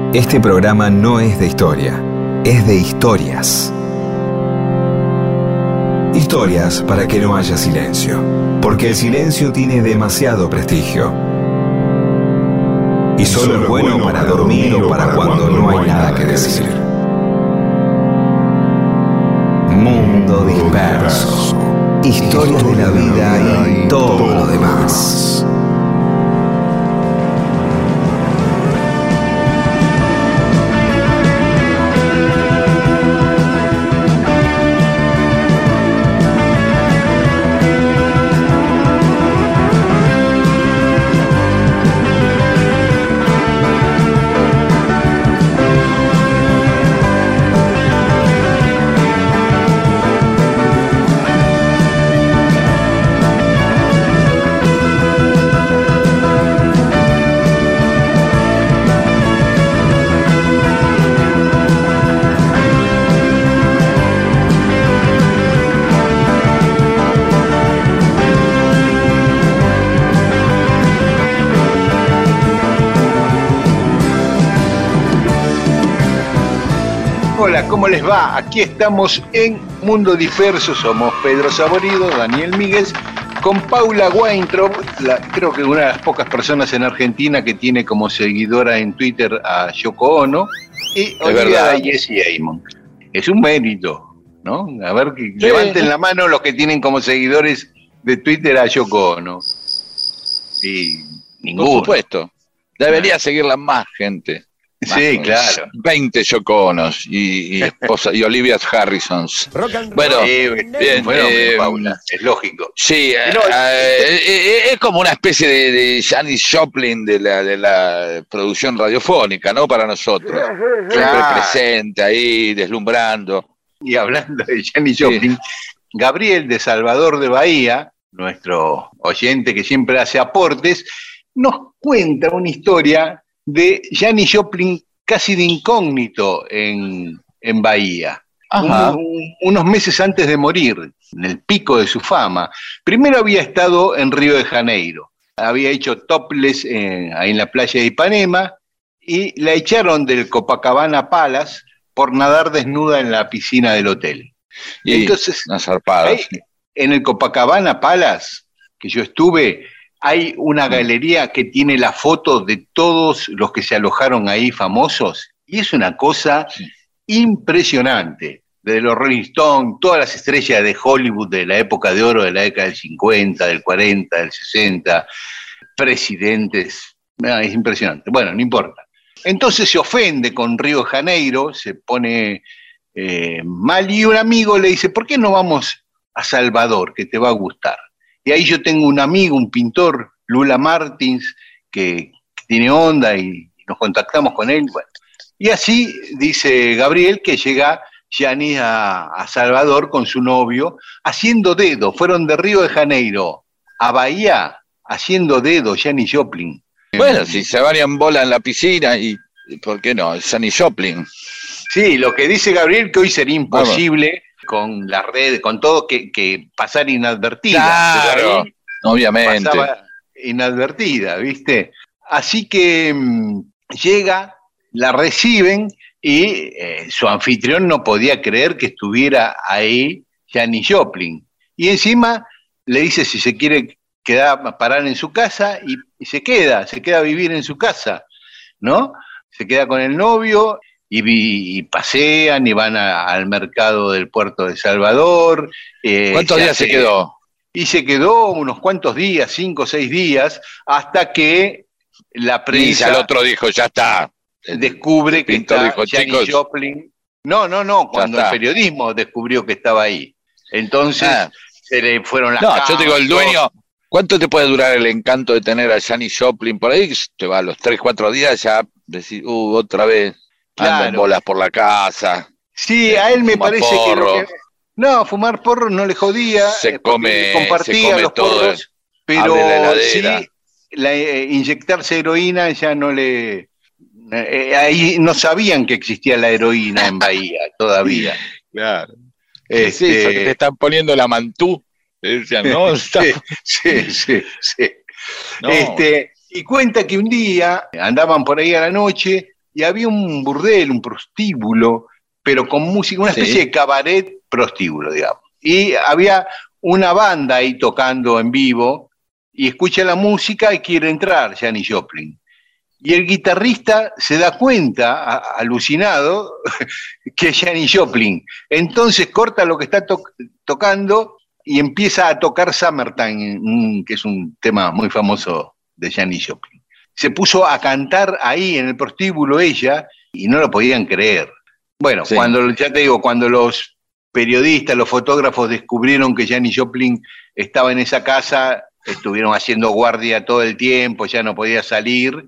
Este programa no es de historia, es de historias. Historias para que no haya silencio, porque el silencio tiene demasiado prestigio. Y solo es bueno para dormir o para cuando no hay nada que decir. Mundo disperso. Historias de la vida y todo lo demás. Hola, ¿cómo les va? Aquí estamos en Mundo Disperso, somos Pedro Saborido, Daniel Míguez, con Paula Weintraub, creo que una de las pocas personas en Argentina que tiene como seguidora en Twitter a Yoko Ono, y olvidada Jessie Aymon. Es un mérito, ¿no? A ver, que levanten la mano los que tienen como seguidores de Twitter a Yoko Ono. Y ninguno. Por supuesto. Debería seguirla más gente. Sí, claro. 20 Yoko Onos y esposa y Olivia Harrisons. Bueno, bien, Paula, es lógico. Sí, es como una especie de Janis Joplin de la producción radiofónica, ¿no? Para nosotros. Siempre presente ahí, deslumbrando. Y hablando de Janis Joplin, Gabriel de Salvador de Bahía, nuestro oyente que siempre hace aportes, nos cuenta una historia de Janis Joplin casi de incógnito en Bahía. Unos meses antes de morir, en el pico de su fama. Primero había estado en Río de Janeiro, había hecho topless ahí en la playa de Ipanema y la echaron del Copacabana Palace por nadar desnuda en la piscina del hotel. Y entonces, una zarpada. Ahí, en el Copacabana Palace, que yo estuve, hay una galería que tiene la foto de todos los que se alojaron ahí famosos, y es una cosa impresionante. Desde los Rolling Stones, todas las estrellas de Hollywood de la época de oro, de la década del 50, del 40, del 60, presidentes, es impresionante. Bueno, no importa. Entonces se ofende con Río de Janeiro, se pone mal, y un amigo le dice, ¿por qué no vamos a Salvador, que te va a gustar? Y ahí yo tengo un amigo, un pintor, Lula Martins, que tiene onda y nos contactamos con él. Bueno, y así dice Gabriel que llega Janis a Salvador con su novio, haciendo dedo. Fueron de Río de Janeiro a Bahía haciendo dedo, Janis Joplin. Bueno, si se varían bola en la piscina, y ¿por qué no? Janis Joplin. Sí, lo que dice Gabriel, que hoy sería imposible con las redes, con todo, que pasar inadvertida. Claro, obviamente. Pasaba inadvertida, ¿viste? Así que llega, la reciben y su anfitrión no podía creer que estuviera ahí Janis Joplin. Y encima le dice si se quiere quedar, parar en su casa, y se queda a vivir en su casa, ¿no? Se queda con el novio y pasean y van al mercado del puerto de Salvador. ¿Cuántos días se quedó? Y se quedó unos cuantos días, 5 o 6 días, hasta que la prensa... Y el otro dijo, ya está. Descubre que está dijo, Janis Joplin. No, cuando el periodismo descubrió que estaba ahí. Entonces se le fueron las camas. Yo te digo, el dueño, ¿cuánto te puede durar el encanto de tener a Janis Joplin por ahí? Te va a los 3, 4 días ya decir, otra vez, anda en bolas por la casa. Sí, a él me parece que... No, fumar porro no le jodía, compartía los porros, pero sí, inyectarse heroína ya no le... ahí no sabían que existía la heroína en Bahía todavía. Claro. Es eso que te están poniendo la mantú. Decían, ¿no? Sí. No. Y cuenta que un día andaban por ahí a la noche y había un burdel, un prostíbulo, pero con música, una especie de cabaret prostíbulo, digamos. Y había una banda ahí tocando en vivo, y escucha la música y quiere entrar, Janis Joplin. Y el guitarrista se da cuenta, alucinado, que es Janis Joplin. Entonces corta lo que está tocando y empieza a tocar Summertime, que es un tema muy famoso de Janis Joplin. Se puso a cantar ahí en el prostíbulo ella y no lo podían creer. Bueno, ya te digo, cuando los periodistas, los fotógrafos descubrieron que Janis Joplin estaba en esa casa, estuvieron haciendo guardia todo el tiempo, ya no podía salir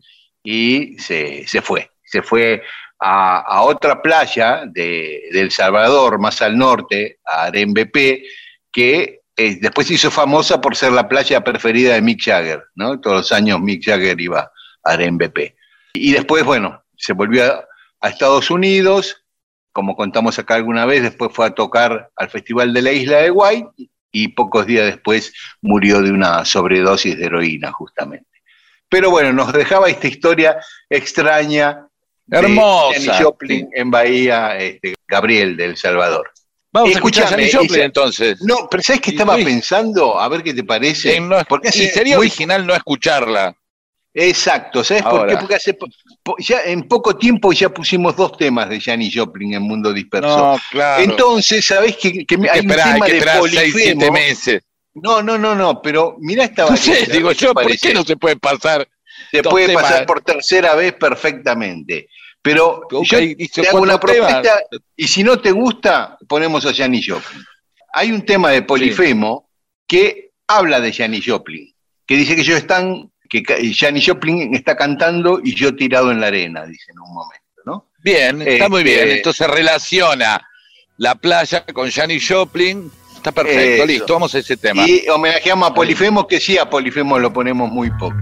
y se fue a otra playa de El Salvador, más al norte, a Arembepé, que después se hizo famosa por ser la playa preferida de Mick Jagger, ¿no? Todos los años Mick Jagger iba a Arembepé. Y después, bueno, se volvió a Estados Unidos, como contamos acá alguna vez, después fue a tocar al Festival de la Isla de White y pocos días después murió de una sobredosis de heroína, justamente. Pero bueno, nos dejaba esta historia extraña hermosa de Janis Joplin en Bahía Gabriel de El Salvador. Vamos a escuchar a Janis Joplin entonces. No, pero ¿sabes qué estaba pensando? A ver qué te parece. Porque sería original no escucharla. Exacto, ¿sabes por qué? Porque ya en poco tiempo ya pusimos 2 temas de Janis Joplin en Mundo Disperso. No, claro. Entonces, ¿sabés que hay un tema de Polifemo? 6-7 meses. No, pero mirá esta variedad. No sé, digo yo, ¿por qué no se puede pasar? Se puede pasar por tercera vez perfectamente. Pero yo te hago una propuesta, y si no te gusta, ponemos a Janis Joplin. Hay un tema de Polifemo que habla de Janis Joplin, que dice que que Janis Joplin está cantando y yo tirado en la arena, dice en un momento, ¿no? Bien, está muy bien. Entonces relaciona la playa con Janis Joplin. Está perfecto, listo, vamos a ese tema. Y homenajeamos a Polifemo, que sí, a Polifemo lo ponemos muy poco.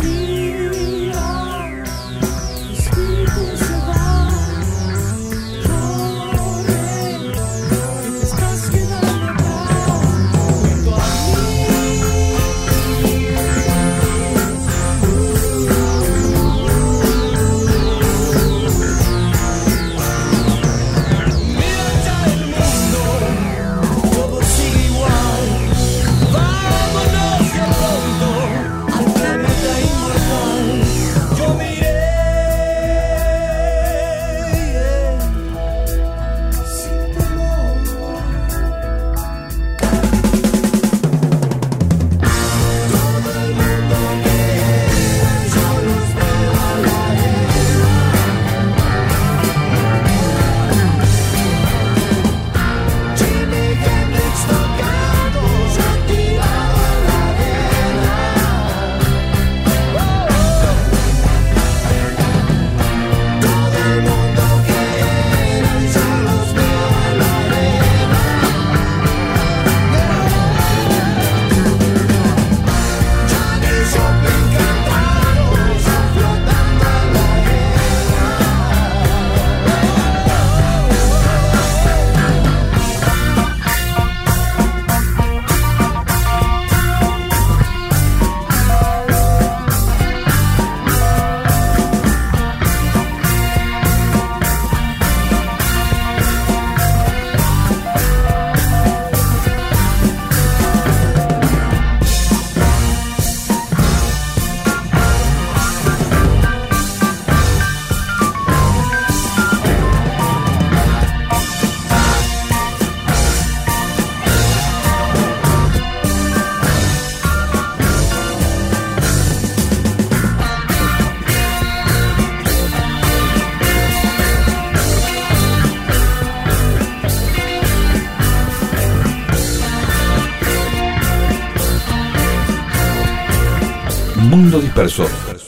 Mundo Disperso.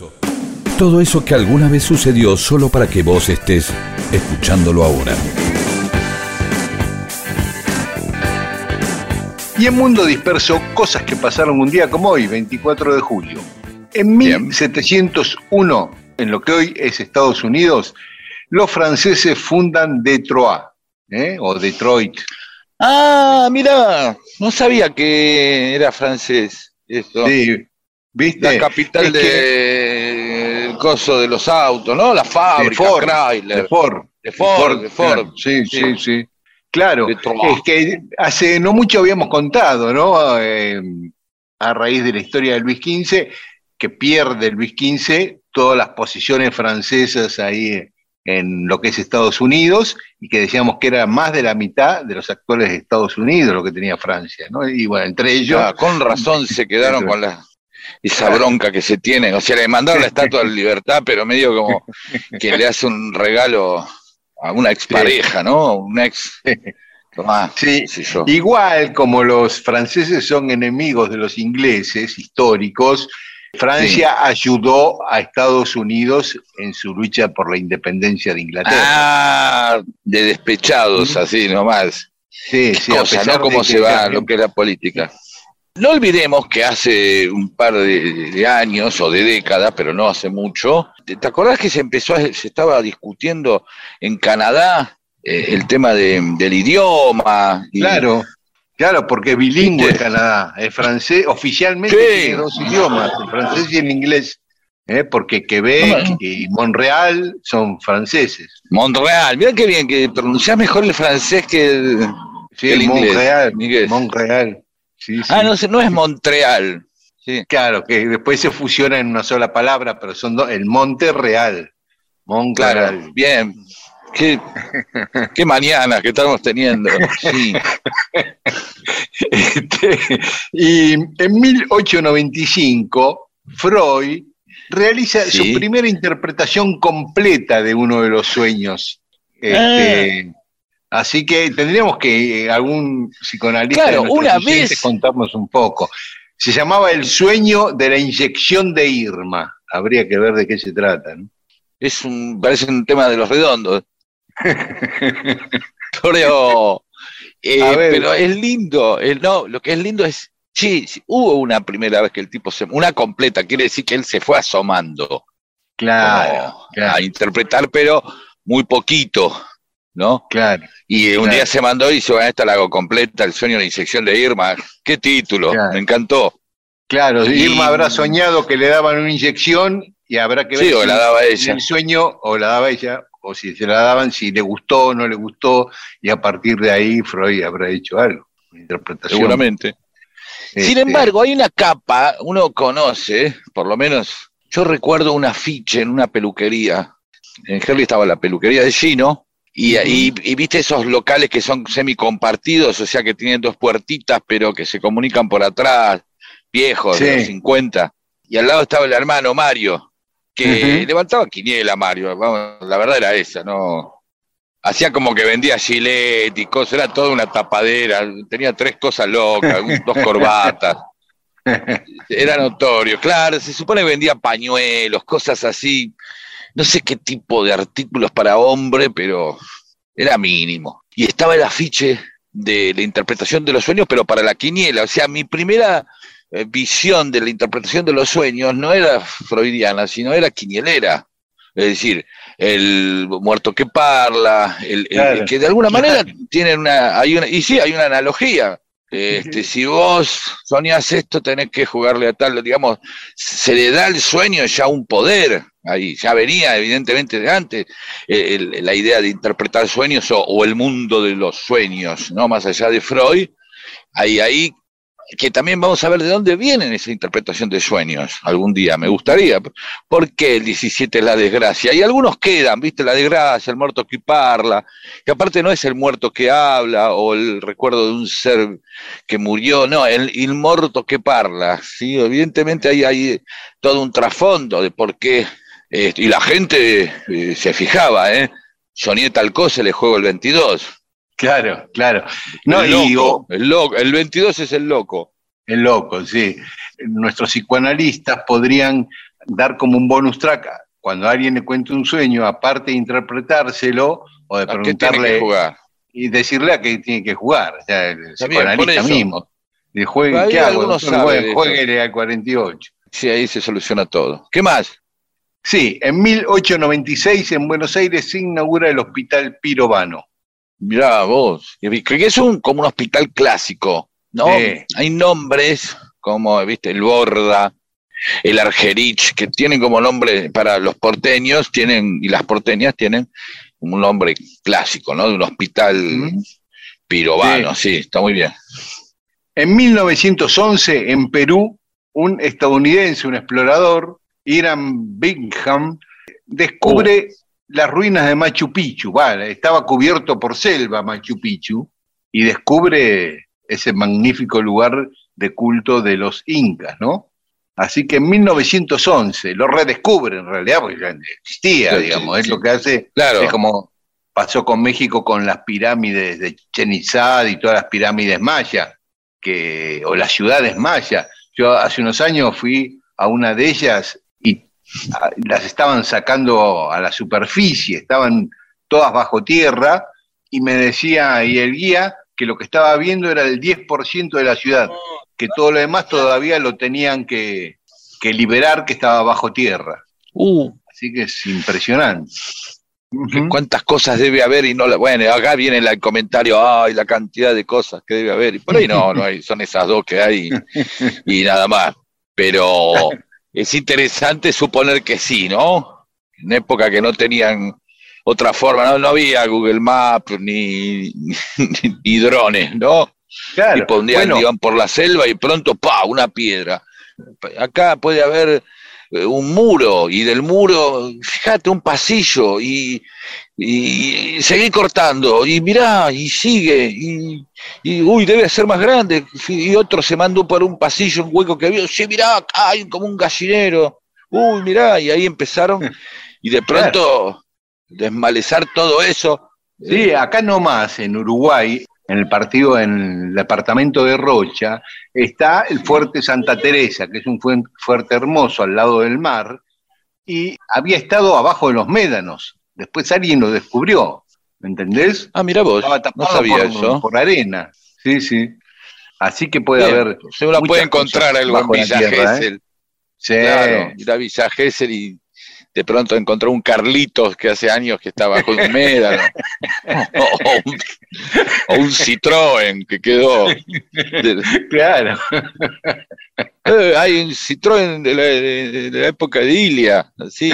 Todo eso que alguna vez sucedió solo para que vos estés escuchándolo ahora. Y en Mundo Disperso, cosas que pasaron un día como hoy, 24 de julio. En 1701, en lo que hoy es Estados Unidos, los franceses fundan Detroit, o Detroit. Ah, mirá, no sabía que era francés esto. Sí, ¿viste? La capital de el coso de los autos, ¿no? La fábrica, Chrysler. De Ford. Claro. Sí. Claro, es que hace no mucho habíamos contado, ¿no? A raíz de la historia de Luis XV, que pierde Luis XV todas las posiciones francesas ahí en lo que es Estados Unidos, y que decíamos que era más de la mitad de los actuales Estados Unidos lo que tenía Francia, ¿no? Y bueno, entre ellos... con razón se quedaron con esa bronca que se tiene. O sea, le mandaron la Estatua de la Libertad, pero medio como que le hace un regalo a una expareja, ¿no? Un ex... Sí, igual como los franceses son enemigos de los ingleses históricos, Francia ayudó a Estados Unidos en su lucha por la independencia de Inglaterra. De despechados, así nomás. Sí, cosa, ¿no? Cómo se va lo que es la política. No olvidemos que hace un par de años o de décadas, pero no hace mucho, ¿te acordás que se estaba discutiendo en Canadá el tema del idioma? Claro, porque es bilingüe Canadá, es francés, oficialmente tiene dos idiomas, el francés y el inglés, porque Quebec y Montreal son franceses. Montreal, mirá qué bien, que pronunciás mejor el francés que el inglés. Montreal. Sí. No es Montreal. Sí. Claro, que después se fusiona en una sola palabra, pero son dos, el Monterreal. Claro, bien. Qué mañana que estamos teniendo. Sí. Y en 1895, Freud realiza su primera interpretación completa de uno de los sueños. Así que tendríamos que algún psicoanalista de nuestros oyentes contarnos un poco. Se llamaba El sueño de la inyección de Irma. Habría que ver de qué se trata, ¿no? Parece un tema de Los Redondos. Pero es lindo. Lo que es lindo es, hubo una primera vez que el tipo una completa, quiere decir que él se fue asomando. Claro. A interpretar, pero muy poquito, ¿no? Claro. Y un día se mandó y dice, esta la hago completa, El sueño de la inyección de Irma. ¿Qué título? Claro. Me encantó. Claro, Irma habrá soñado que le daban una inyección y habrá que ver o la daba ella. El sueño o la daba ella, o si se la daban, si le gustó o no le gustó, y a partir de ahí Freud habrá hecho algo, una interpretación. Seguramente. Sin embargo, hay una capa, uno conoce, por lo menos, yo recuerdo un afiche en una peluquería. En Herley estaba la peluquería de Gino, y viste esos locales que son semicompartidos, o sea que tienen dos puertitas, pero que se comunican por atrás, viejos, de los 50. Y al lado estaba el hermano Mario, que levantaba quiniela Mario, vamos, la verdad era esa, ¿no? Hacía como que vendía Gillette y cosas, era toda una tapadera, tenía 3 cosas locas, 2 corbatas. Era notorio, claro, se supone que vendía pañuelos, cosas así. No sé qué tipo de artículos para hombre, pero era mínimo. Y estaba el afiche de la interpretación de los sueños, pero para la quiniela. O sea, mi primera visión de la interpretación de los sueños no era freudiana, sino era quinielera. Es decir, el muerto que parla, claro, que de alguna manera tienen hay una analogía. Si vos soñás esto, tenés que jugarle a tal, digamos, se le da al sueño ya un poder, ahí ya venía evidentemente de antes la idea de interpretar sueños o el mundo de los sueños, ¿no? Más allá de Freud, ahí que también vamos a ver de dónde viene esa interpretación de sueños algún día, me gustaría. ¿Por qué el 17 es la desgracia? Y algunos quedan, ¿viste? La desgracia, el muerto que parla, que aparte no es el muerto que habla o el recuerdo de un ser que murió, no, el muerto que parla, ¿sí? Evidentemente hay todo un trasfondo de por qué, y la gente se fijaba, soñé tal cosa, le juego el 22. Claro. No, el 22 es el loco. El loco, sí. Nuestros psicoanalistas podrían dar como un bonus track cuando alguien le cuenta un sueño, aparte de interpretárselo o de preguntarle que jugar? Y decirle a qué tiene que jugar. O sea, el psicoanalista mismo. ¿Qué hago? Jueguele al 48. Sí, ahí se soluciona todo. ¿Qué más? Sí, en 1896 en Buenos Aires se inaugura el Hospital Pirovano. Mirá vos, que es como un hospital clásico, ¿no? Sí. Hay nombres como, viste, el Borda, el Argerich, que tienen como nombre para los porteños, y las porteñas tienen un nombre clásico, ¿no? De un hospital pirobano, sí, está muy bien. En 1911, en Perú, un estadounidense, un explorador, Hiram Bingham, descubre las ruinas de Machu Picchu. Vale, estaba cubierto por selva Machu Picchu, y descubre ese magnífico lugar de culto de los incas, ¿no? Así que en 1911 lo redescubre en realidad, porque ya existía, digamos, es lo que hace, claro. Es como pasó con México con las pirámides de Chichén Itzá y todas las pirámides mayas, o las ciudades mayas. Yo hace unos años fui a una de ellas y las estaban sacando a la superficie, estaban todas bajo tierra, y me decía y el guía que lo que estaba viendo era el 10% de la ciudad, que todo lo demás todavía lo tenían que liberar, que estaba bajo tierra. Así que es impresionante. ¿Cuántas cosas debe haber? Y no bueno, acá viene el comentario, la cantidad de cosas que debe haber, y por ahí no hay, son esas dos que hay y nada más. Pero es interesante suponer que sí, ¿no? En época que no tenían otra forma, no había Google Maps ni drones, ¿no? Claro. Y iban por la selva y pronto, una piedra. Acá puede haber un muro, y del muro, fíjate, un pasillo, y seguí cortando, y mirá, y sigue, y debe ser más grande, y otro se mandó por un pasillo, un hueco que había, sí, mirá, acá hay como un gallinero, mirá, y ahí empezaron, y de pronto desmalezar todo eso. Sí, acá nomás, en Uruguay, en el departamento de Rocha, está el Fuerte Santa Teresa, que es un fuerte hermoso al lado del mar, y había estado abajo de los médanos. Después alguien lo descubrió, ¿me entendés? Mirá vos, estaba tapado no sabía eso. Por arena, sí. Así que puede haber... Se la puede encontrar algo en Villa Gesell. Sí. Claro, ir a Villa Gesell y de pronto encontró un Carlitos que hace años que estaba con un médano, o un Citroën que quedó. Claro. Hay un Citroën de la época de Ilia, así.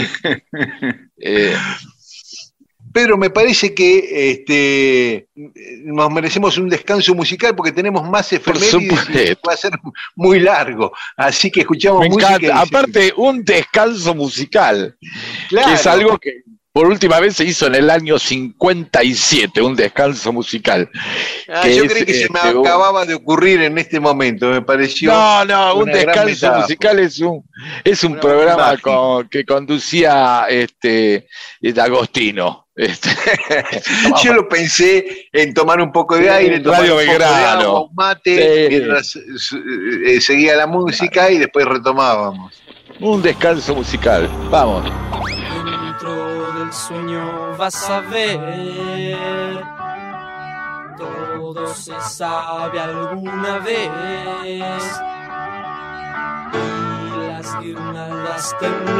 Pero me parece que nos merecemos un descanso musical porque tenemos más efemérides y va a ser muy largo. Así que escuchamos música. Me encanta. Aparte, un descanso musical, claro, que es algo que por última vez se hizo en el año 57, un descanso musical. Yo creí que se me acababa de ocurrir en este momento, me pareció. No, un descanso musical es un programa que conducía D'Agostino. Yo lo pensé en tomar un poco de aire, tomar un poco de agua, un mate, mientras seguía la música y después retomábamos. Un descanso musical, vamos. Dentro del sueño vas a ver, todo se sabe alguna vez, y las guirnaldas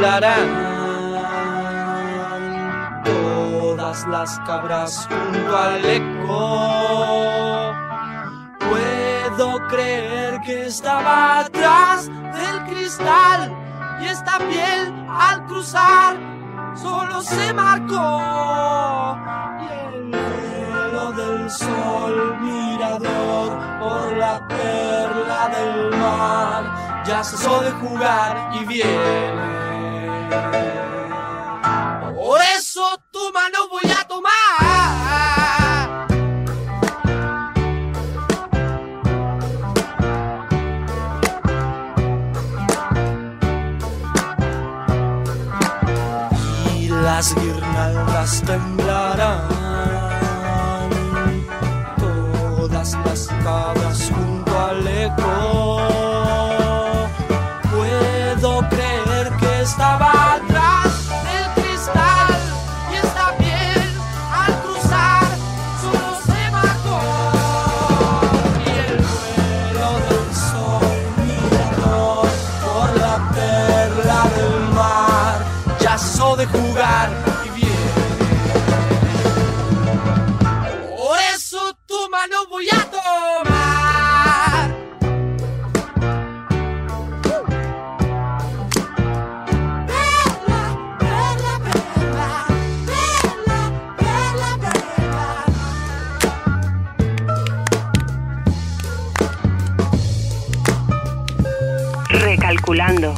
temblarán, todas las cabras junto al eco. Puedo creer que estaba atrás del cristal, y esta piel al cruzar solo se marcó, y el vuelo del sol mirador por la perla del mar ya cesó de jugar y viene. Por eso tu mano voy a tomar. Las guirnaldas temblarán, todas las cabras junto al eco. Puedo creer que estaba atrás del cristal, y esta piel al cruzar solo se marcó, y el vuelo del sol mirador por la perla del mar ya cesó de jugar y viene. Por eso tu mano voy a tomar. Recalculando.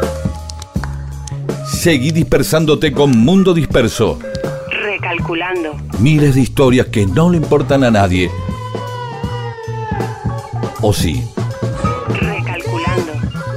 Seguí dispersándote con Mundo Disperso. Recalculando. Miles de historias que no le importan a nadie. ¿O sí? Recalculando.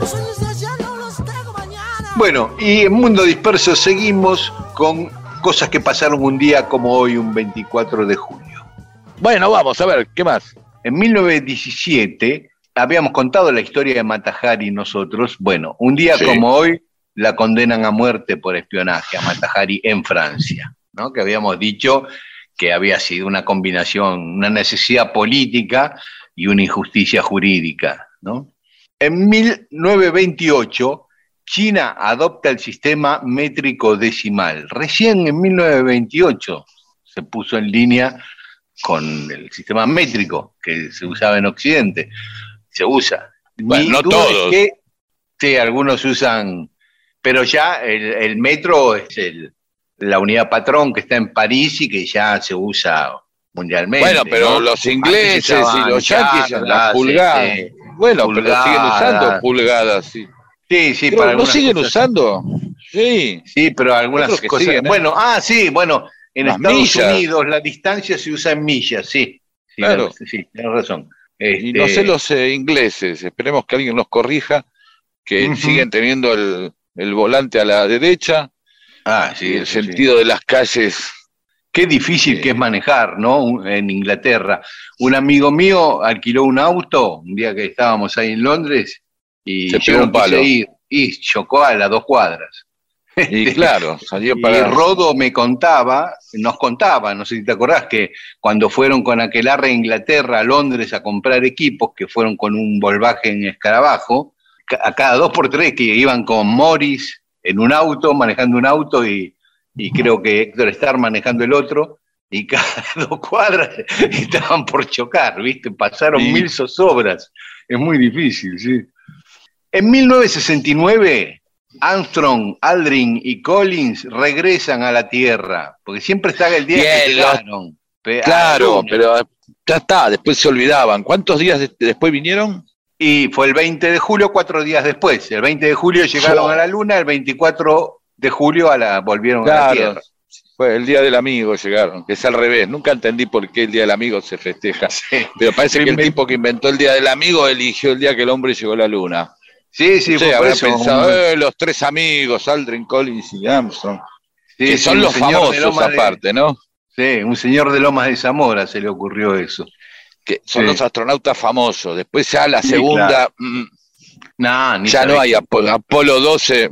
Bueno, y en Mundo Disperso seguimos con cosas que pasaron un día como hoy, un 24 de julio. Bueno, vamos a ver, ¿qué más? En 1917 habíamos contado la historia de Mata Hari nosotros. Bueno, un día como hoy la condenan a muerte por espionaje a Mata Hari en Francia, ¿no? Que habíamos dicho que había sido una combinación, una necesidad política y una injusticia jurídica, ¿no? En 1928, China adopta el sistema métrico decimal. Recién en 1928 se puso en línea con el sistema métrico que se usaba en Occidente. Se usa. Bueno, no todos. Sí, algunos usan, pero ya el metro es la unidad patrón que está en París y que ya se usa mundialmente. Bueno, pero ¿no? los ingleses y los yanquis en las pulgadas. Bueno, pero siguen usando pulgadas, sí. Sí, pero para ¿lo siguen cosas. usando? Sí. Sí, pero algunas que cosas. siguen, ¿eh? Bueno, bueno, en las Estados millas. Unidos la distancia se usa en millas, sí. Claro. Sí, tienes razón. Y no sé los ingleses, esperemos que alguien nos corrija, que siguen teniendo el volante a la derecha, y el sentido de las calles. Qué difícil que es manejar, ¿no? En Inglaterra. Un amigo mío alquiló un auto un día que estábamos ahí en Londres y se pegó un palo y chocó a las 2 cuadras. Y claro, salió para... Y Rodo nos contaba, no sé si te acordás, que cuando fueron con aquelarre a Inglaterra, a Londres, a comprar equipos, que fueron con un Volkswagen Escarabajo, a cada 2 por 3 que iban con Morris en un auto, manejando un auto, y creo que Héctor Starr manejando el otro, y cada 2 cuadras estaban por chocar, ¿viste? Pasaron 1000 zozobras. Es muy difícil, sí. En 1969... Armstrong, Aldrin y Collins regresan a la Tierra, porque siempre está el día que llegaron. Claro, pero ya está, después se olvidaban. ¿Cuántos días después vinieron? Y fue el 20 de julio, 4 días después. El 20 de julio llegaron a la Luna, el 24 de julio volvieron a la Tierra. Fue el Día del Amigo llegaron, que es al revés. Nunca entendí por qué el Día del Amigo se festeja. Pero parece que el tipo que inventó el Día del Amigo eligió el día que el hombre llegó a la Luna. Sí, fue por eso. Pensado, los 3 amigos, Aldrin, Collins y Armstrong, que son los famosos aparte, ¿no? Sí, un señor de Lomas de Zamora se le ocurrió eso. Que son los astronautas famosos. Después ya la segunda, ya no hay Apolo 12.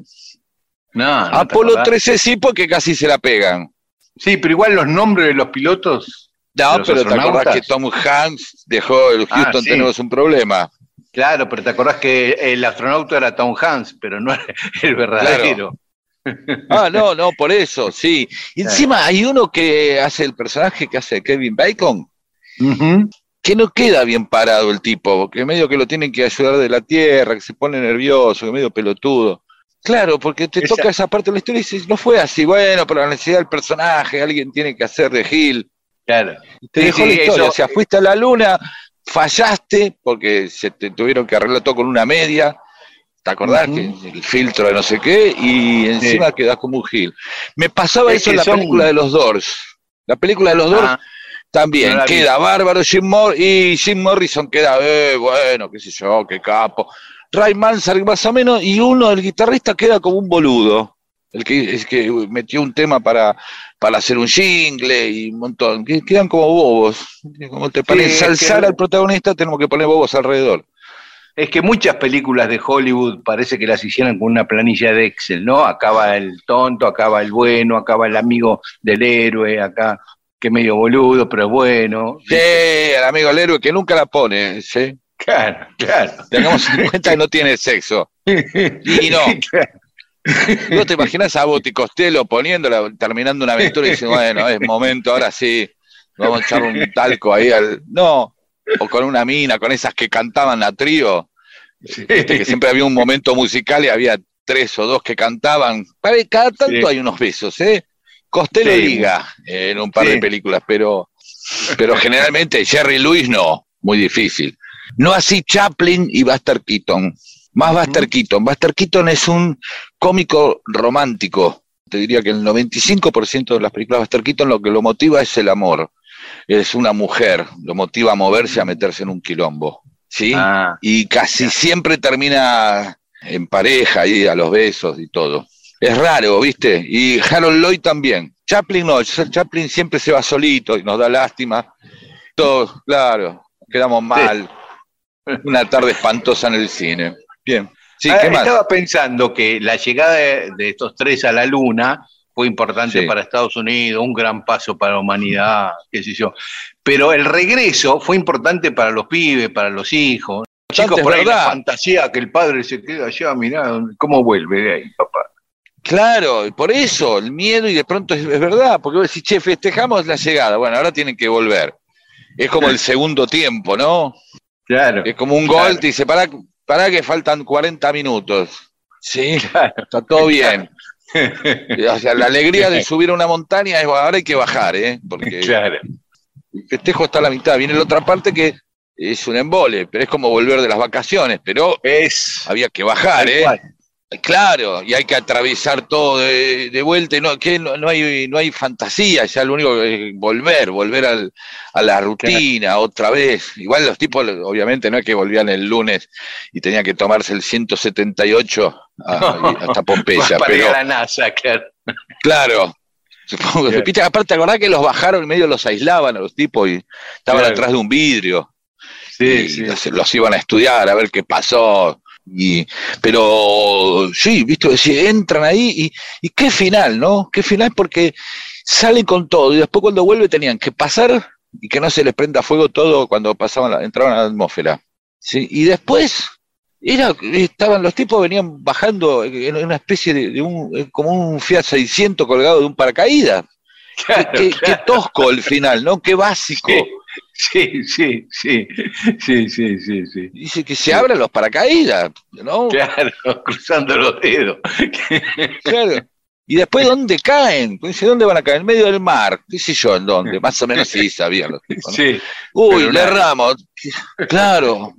Apolo 13 sí, porque casi se la pegan. Sí, pero igual los nombres de los pilotos. No, pero te acordás que Tom Hanks dejó el Houston tenemos un problema. Claro, pero te acordás que el astronauta era Tom Hanks, pero no era el verdadero. Claro. No, por eso, sí. Y encima hay uno que hace el personaje que hace Kevin Bacon, que no queda bien parado el tipo, porque medio que lo tienen que ayudar de la Tierra, que se pone nervioso, que medio pelotudo. Claro, porque te toca esa parte de la historia y dices, no fue así, bueno, pero la necesidad del personaje, alguien tiene que hacer de Gil. Claro. Te dejó la historia, o sea, fuiste a la Luna, fallaste porque se te tuvieron que arreglar todo con una media, ¿te acordás? Que el filtro de no sé qué, y encima quedás como un Gil. Me pasaba eso en la película de los Doors. La película de los Doors también queda bárbaro Jim Morrison queda, bueno, qué sé yo, qué capo. Ray Manzarek más o menos, y el guitarrista queda como un boludo. El que metió un tema para hacer un jingle y un montón, que quedan como bobos. Como te para ensalzar al protagonista, tenemos que poner bobos alrededor. Es que muchas películas de Hollywood parece que las hicieron con una planilla de Excel, ¿no? Acá va el tonto, acá va el bueno, acá va el amigo del héroe, acá que medio boludo, pero bueno. Sí, el amigo del héroe que nunca la pone, ¿sí? Claro. Tengamos en cuenta que no tiene sexo. Y no. ¿No te imaginas a Boti Costello terminando una aventura y diciendo, bueno, es momento, ahora sí, vamos a echar un talco ahí No, o con una mina, con esas que cantaban a trío, viste que siempre había un momento musical y había 3 o 2 que cantaban, cada tanto hay unos besos, Costello liga en un par de películas, pero generalmente Jerry Lewis no, muy difícil. No así Chaplin y Buster Keaton. Más Buster Keaton. Buster Keaton es un cómico romántico. Te diría que el 95% de las películas de Buster Keaton lo que lo motiva es el amor. Es una mujer, lo motiva a moverse, a meterse en un quilombo. ¿Sí? Y casi siempre termina en pareja, y a los besos y todo. Es raro, ¿viste? Y Harold Lloyd también. Chaplin no, Chaplin siempre se va solito y nos da lástima. Todos, claro, quedamos mal. Una tarde espantosa en el cine. Bien. Sí, ¿qué más? Estaba pensando que la llegada de estos tres a la Luna fue importante para Estados Unidos, un gran paso para la humanidad, qué sé yo. Pero el regreso fue importante para los pibes, para los hijos. Chicos, por ahí la fantasía que el padre se queda allá, mirá, ¿cómo vuelve de ahí, papá? Claro, por eso, el miedo, y de pronto es verdad, porque vos decís, che, festejamos la llegada, bueno, ahora tienen que volver. Es como el segundo tiempo, ¿no? Claro. Es como un gol, te dice, pará que faltan 40 minutos. Sí, claro, está todo bien. O sea, la alegría de subir a una montaña es, ahora hay que bajar, porque el festejo está a la mitad. Viene la otra parte que es un embole, pero es como volver de las vacaciones, pero había que bajar, Claro, y hay que atravesar todo de vuelta, y no hay fantasía, ya lo único que es volver a la rutina otra vez. Igual los tipos, obviamente, no es que volvían el lunes y tenían que tomarse el 178 hasta Pompeya. Para pero ir a la NASA, claro. Claro. Supongo que, aparte, ¿te acordás que los bajaron y medio los aislaban a los tipos y estaban atrás de un vidrio? Los iban a estudiar a ver qué pasó. Pero sí, viste, entran ahí y qué final, ¿no? Qué final, porque salen con todo y después cuando vuelve tenían que pasar y que no se les prenda fuego todo cuando entraban a la atmósfera, ¿sí? Y después los tipos venían bajando en una especie de como un Fiat 600 colgado de un paracaídas. Claro, qué tosco el final, ¿no? Qué básico. Sí. Dice que se abran los paracaídas, ¿no? Claro, cruzando los dedos. Claro. Y después, ¿dónde caen? Dice, ¿dónde van a caer? En medio del mar. ¿Qué sé yo en dónde? Más o menos sí sabían los tipos, ¿no? Sí. Uy, le erramos. Claro.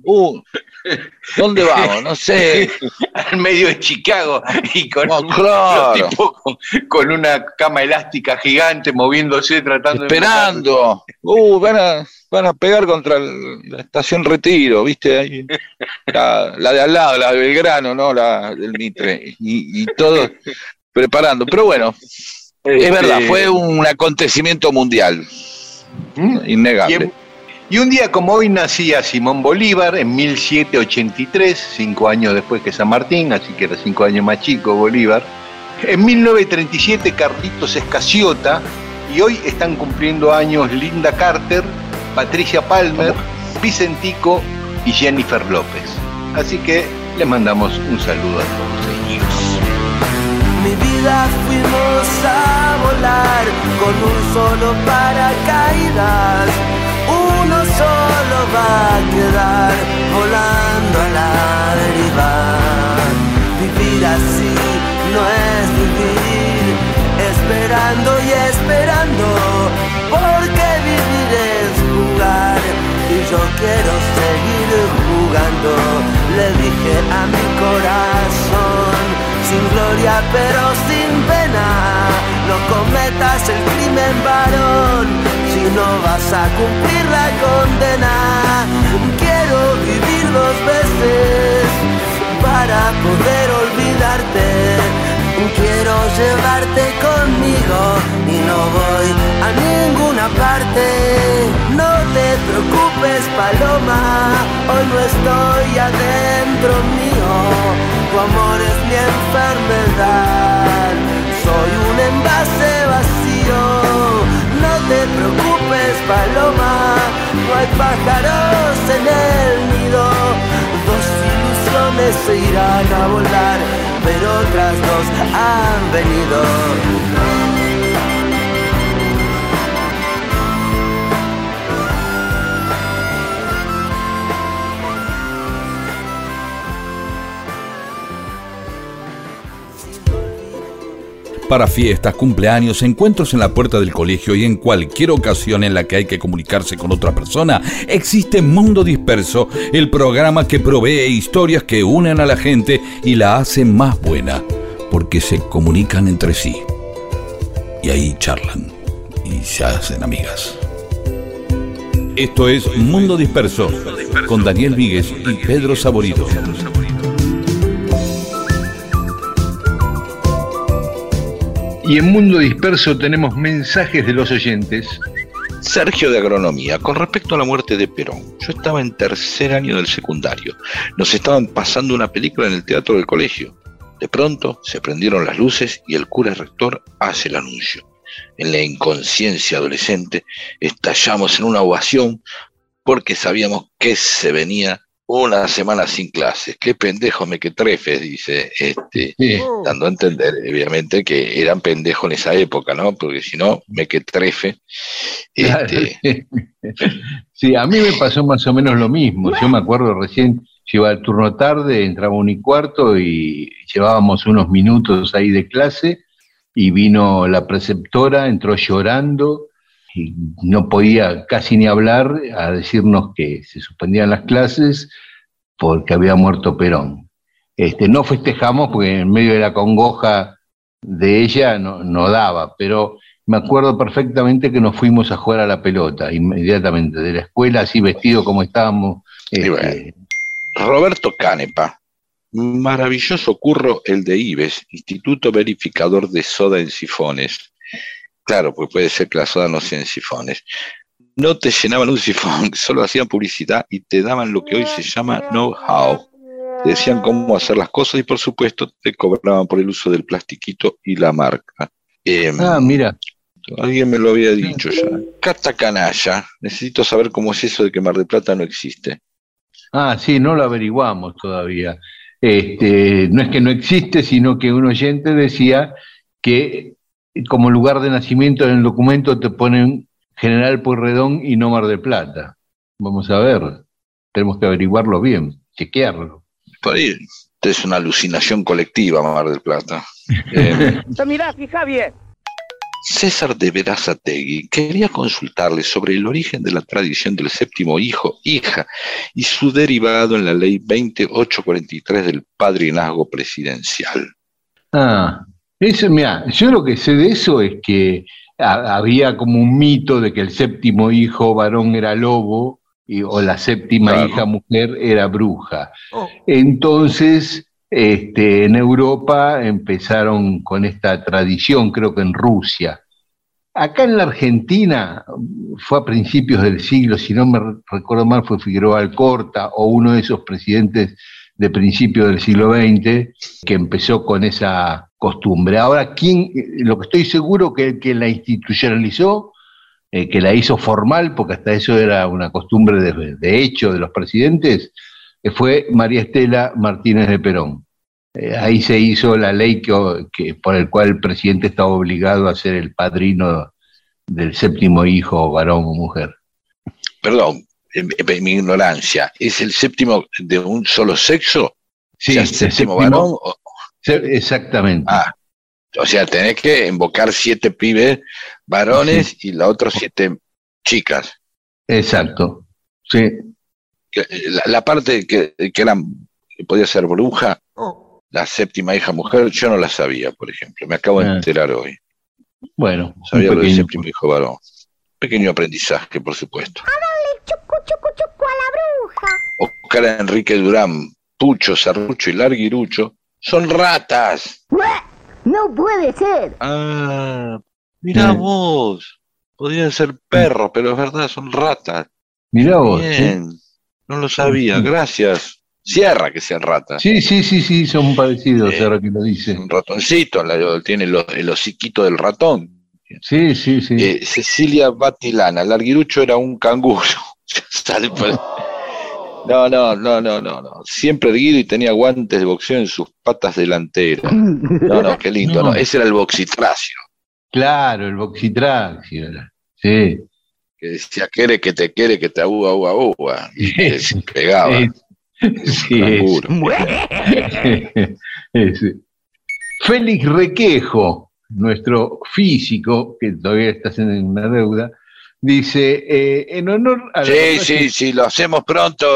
¿Dónde vamos? No sé. Al medio de Chicago y con los tipos con una cama elástica gigante moviéndose, tratando esperando. Van a pegar contra la estación Retiro, ¿viste? Ahí, la de al lado, la de Belgrano, ¿no? La del Mitre. Y todo preparando. Pero bueno, es verdad, fue un acontecimiento mundial. Innegable. Y un día como hoy nacía Simón Bolívar en 1783, 5 años después que San Martín, así que era 5 años más chico Bolívar. En 1937 Carlitos Escaciota, y hoy están cumpliendo años Linda Carter, Patricia Palmer, Vicentico y Jennifer López. Así que les mandamos un saludo a todos ellos. Mi vida fuimos a volar con un solo paracaídas. Uno solo va a quedar volando a la deriva. Vivir así no es vivir, esperando y esperando, porque vivir es jugar y yo quiero seguir jugando. Le dije a mi corazón, sin gloria pero sin pena, no cometas el crimen, varón, si no vas a cumplir la condena. Quiero vivir 2 veces para poder olvidarte. Quiero llevarte conmigo y no voy a ninguna parte. No te preocupes, paloma, hoy no estoy adentro mío. Tu amor es mi enfermedad, soy un envase vacío. No te preocupes, paloma, no hay pájaros en el nido. 2 ilusiones se irán a volar, pero otras 2 han venido. Para fiestas, cumpleaños, encuentros en la puerta del colegio y en cualquier ocasión en la que hay que comunicarse con otra persona, existe Mundo Disperso, el programa que provee historias que unen a la gente y la hacen más buena, porque se comunican entre sí. Y ahí charlan y se hacen amigas. Esto es Mundo Disperso, con Daniel Víguez y Pedro Saborido. Y en Mundo Disperso tenemos mensajes de los oyentes. Sergio de Agronomía, con respecto a la muerte de Perón, yo estaba en tercer año del secundario. Nos estaban pasando una película en el teatro del colegio. De pronto se prendieron las luces y el cura rector hace el anuncio. En la inconsciencia adolescente estallamos en una ovación porque sabíamos que se venía una semana sin clases. Qué pendejo mequetrefes, dice, dando a entender, obviamente, que eran pendejos en esa época, ¿no? Porque si no, mequetrefe. Claro. Sí, a mí me pasó más o menos lo mismo. Yo me acuerdo recién, llevaba el turno tarde, entraba 1:15 y llevábamos unos minutos ahí de clase y vino la preceptora, entró llorando y no podía casi ni hablar, a decirnos que se suspendían las clases porque había muerto Perón. No festejamos porque en medio de la congoja de ella no daba, pero me acuerdo perfectamente que nos fuimos a jugar a la pelota inmediatamente de la escuela, así vestido como estábamos. Bueno. Roberto Canepa, maravilloso curro el de IBES, Instituto Verificador de Soda en Sifones. Claro, pues puede ser que la soda no sea en sifones. No te llenaban un sifón, solo hacían publicidad y te daban lo que hoy se llama know-how. Te decían cómo hacer las cosas y por supuesto te cobraban por el uso del plastiquito y la marca. Mira. Alguien me lo había dicho ya. Cata Canalla, necesito saber cómo es eso de que Mar del Plata no existe. Sí, no lo averiguamos todavía. No es que no existe, sino que un oyente decía que como lugar de nacimiento en el documento te ponen General Pueyrredón y no Mar del Plata. Vamos a ver, tenemos que averiguarlo bien, chequearlo. Por ahí es una alucinación colectiva, Mar del Plata. Mirá, fija bien. César de Verazategui quería consultarle sobre el origen de la tradición del séptimo hijo, hija, y su derivado en la ley 20843 del padrinazgo presidencial. Eso, mira, yo lo que sé de eso es que había como un mito de que el séptimo hijo varón era lobo o la séptima hija mujer era bruja. Entonces, en Europa empezaron con esta tradición, creo que en Rusia. Acá en la Argentina fue a principios del siglo, si no me recuerdo mal, fue Figueroa Alcorta o uno de esos presidentes de principios del siglo XX que empezó con esa costumbre. Ahora, lo que estoy seguro que la institucionalizó, que la hizo formal, porque hasta eso era una costumbre de hecho de los presidentes, fue María Estela Martínez de Perón. Ahí se hizo la ley por el cual el presidente estaba obligado a ser el padrino del séptimo hijo, varón o mujer. Perdón, en mi ignorancia, ¿es el séptimo de un solo sexo? Sí, el séptimo varón. Exactamente. O sea, tenés que invocar 7 pibes varones y la otra 7 chicas. Exacto, sí. La parte que podía ser bruja, la séptima hija mujer, yo no la sabía, por ejemplo. Me acabo de enterar hoy. Bueno, sabía lo del séptimo hijo varón. Pequeño aprendizaje, por supuesto. ¡Háganle chucu, chucu, chucu a la bruja! Oscar Enrique Durán, Pucho, Serrucho y Larguirucho son ratas. ¡No puede ser! Mirá vos. Podrían ser perros, pero es verdad, son ratas. Mirá vos. Bien. No lo sabía, gracias. Cierra que sean ratas. Sí, son parecidos, ahora que lo dice. Un ratoncito, tiene el hociquito del ratón. Sí. Cecilia Batilana, Larguirucho era un canguro. No. Siempre erguido y tenía guantes de boxeo en sus patas delanteras. No, qué lindo. No. Ese era el boxitracio. Claro, el boxitracio era. Sí. Que decía, quiere que te agua. Y te pegaba. Sí, Félix Requejo. nuestro físico, que todavía está haciendo una deuda, dice, en honor a la Sí, lo hacemos pronto.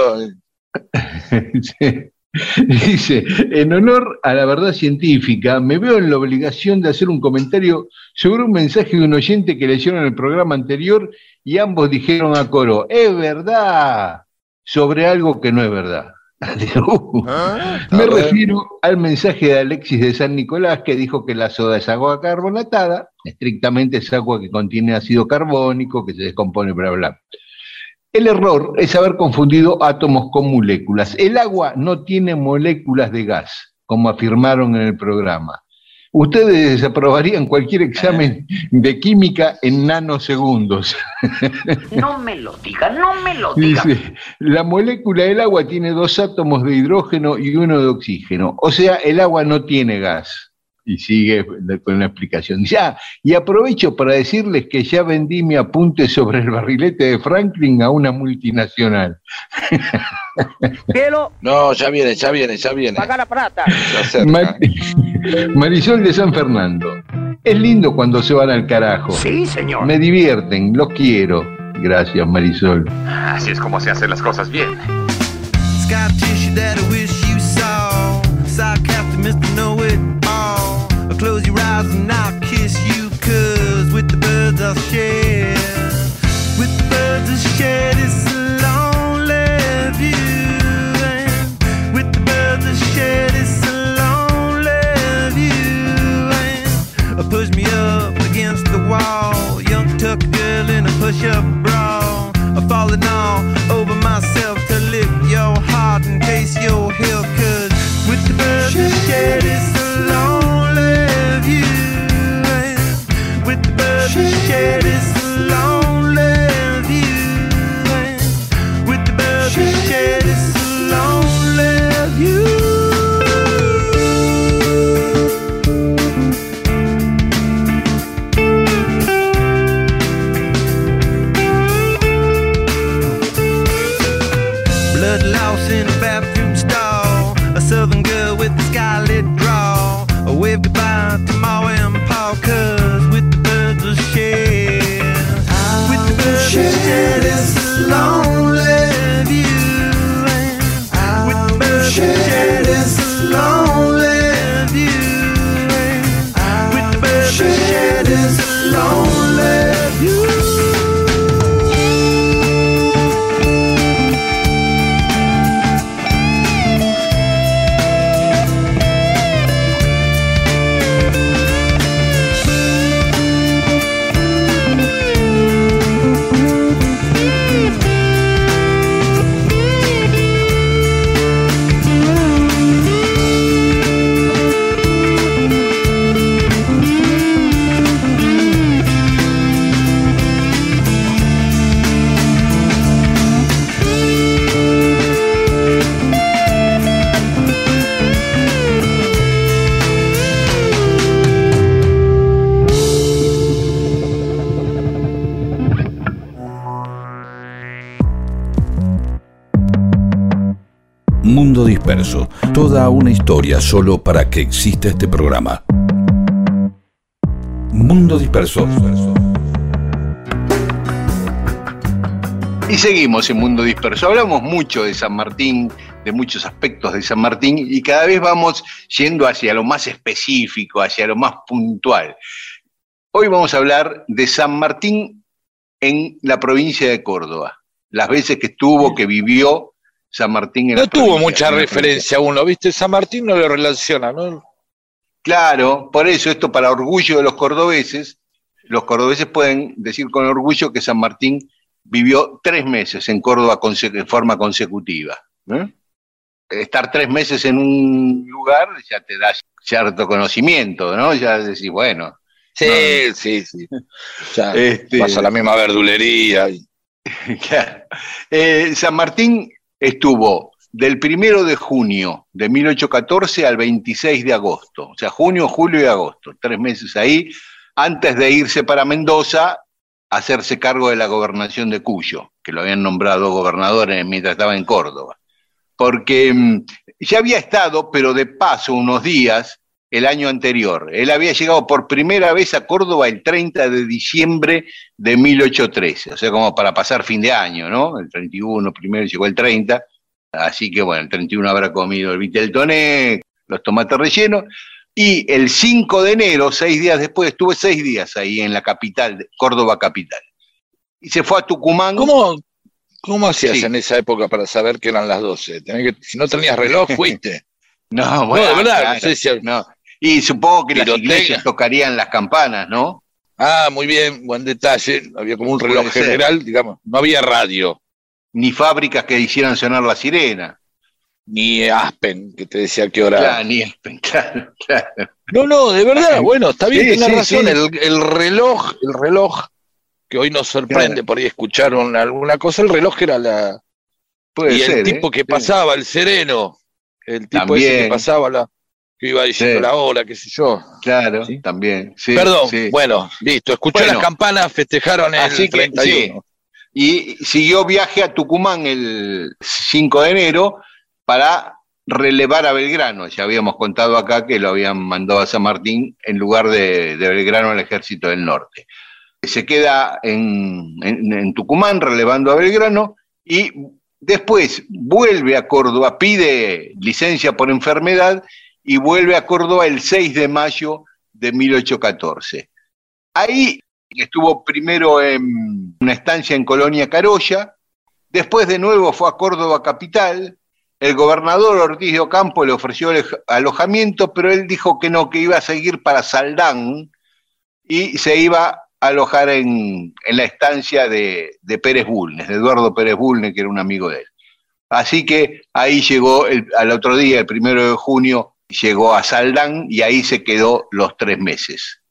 Sí. Dice, en honor a la verdad científica, me veo en la obligación de hacer un comentario sobre un mensaje de un oyente que leyeron en el programa anterior y ambos dijeron a coro, es verdad, sobre algo que no es verdad. Me refiero al mensaje de Alexis de San Nicolás, que dijo que la soda es agua carbonatada, estrictamente es agua que contiene ácido carbónico, que se descompone, bla, bla. El error es haber confundido átomos con moléculas. El agua no tiene moléculas de gas, como afirmaron en el programa. Ustedes desaprobarían cualquier examen de química en nanosegundos. No me lo diga, no me lo diga. Dice, la molécula del agua tiene 2 átomos de hidrógeno y 1 de oxígeno. O sea, el agua no tiene gas. Y sigue con la explicación. Ya, y aprovecho para decirles que ya vendí mi apunte sobre el barrilete de Franklin a una multinacional. Cielo, No, ya viene. paga la plata. Se acerca. Marisol de San Fernando. Es lindo cuando se van al carajo. Sí, señor. Me divierten, los quiero. Gracias, Marisol. Así es como se hacen las cosas bien. Scar tissue that I wish you saw. Sarcastic Mr. Know-It-All. Close your eyes and I'll kiss you, 'cause with the birds I'll share. With the birds I'll share this lonely view. And with the birds I'll share this lonely view. And push me up against the wall. Young tuck girl in a push-up bra. Falling all over myself to lift your heart and taste your hill. 'Cause with the birds I'll share this lonely view. And with the birds I'll share this lonely view. And with the birds I'll share this lonely view. Blood loss in a bathroom stall. A southern girl with a scarlet draw. A wave goodbye to Ma and Pa, 'cause with the birds will share. With the birds will share this lonely view. And with the birds will share this lonely view. And with the birds will share this lonely view. Mundo Disperso, toda una historia solo para que exista este programa. Mundo Disperso. Y seguimos en Mundo Disperso. Hablamos mucho de San Martín, de muchos aspectos de San Martín, y cada vez vamos yendo hacia lo más específico, hacia lo más puntual. Hoy vamos a hablar de San Martín en la provincia de Córdoba. Las veces que estuvo, que vivió San Martín en la provincia. No tuvo mucha referencia uno, ¿viste? San Martín no lo relaciona, ¿no? Claro, por eso esto para orgullo de los cordobeses pueden decir con orgullo que San Martín vivió 3 meses en Córdoba en forma consecutiva. Estar 3 meses en un lugar ya te da cierto conocimiento, ¿no? Ya decís, bueno. Sí. Ya vas a la misma verdulería. Claro. San Martín estuvo del 1 de junio de 1814 al 26 de agosto, o sea, junio, julio y agosto, 3 meses ahí, antes de irse para Mendoza a hacerse cargo de la gobernación de Cuyo, que lo habían nombrado gobernador mientras estaba en Córdoba. Porque ya había estado, pero de paso, unos días el año anterior. Él había llegado por primera vez a Córdoba el 30 de diciembre de 1813, o sea, como para pasar fin de año, ¿no? El 31 primero llegó el 30, así que bueno, el 31 habrá comido el vitel toné, los tomates rellenos, y el 5 de enero, 6 días después, estuve 6 días ahí en la capital, Córdoba capital. Y se fue a Tucumán. ¿Cómo hacías en esa época para saber que eran las 12? Si no tenías reloj, fuiste. No, bueno, no, de verdad, claro, no sé si... no. Y supongo que las iglesias tocarían las campanas, ¿no? Ah, muy bien, buen detalle. Había como un reloj general, digamos. No había radio. Ni fábricas que hicieran sonar la sirena. Ni Aspen, que te decía qué hora. Claro, ni Aspen, claro. No, de verdad, bueno, está bien, tenés razón. Sí. El reloj, que hoy nos sorprende por ahí escuchar alguna cosa, el reloj era la... el tipo que pasaba, el sereno, el tipo también. Ese que pasaba que iba diciendo la hora, qué sé yo. Claro, ¿sí? También. Sí, perdón, bueno, listo, escuché las campanas, festejaron el 31. Sí. Y siguió viaje a Tucumán el 5 de enero para relevar a Belgrano. Ya habíamos contado acá que lo habían mandado a San Martín en lugar de Belgrano al Ejército del Norte. Se queda en Tucumán relevando a Belgrano y después vuelve a Córdoba, pide licencia por enfermedad y vuelve a Córdoba el 6 de mayo de 1814. Ahí estuvo primero en una estancia en Colonia Carolla, después de nuevo fue a Córdoba capital. El gobernador Ortiz de Ocampo le ofreció el alojamiento, pero él dijo que no, que iba a seguir para Saldán y se iba a alojar en la estancia de Pérez Bulnes, de Eduardo Pérez Bulnes, que era un amigo de él. Así que ahí llegó, al otro día, el 1 de junio, llegó a Saldán y ahí se quedó los 3 meses.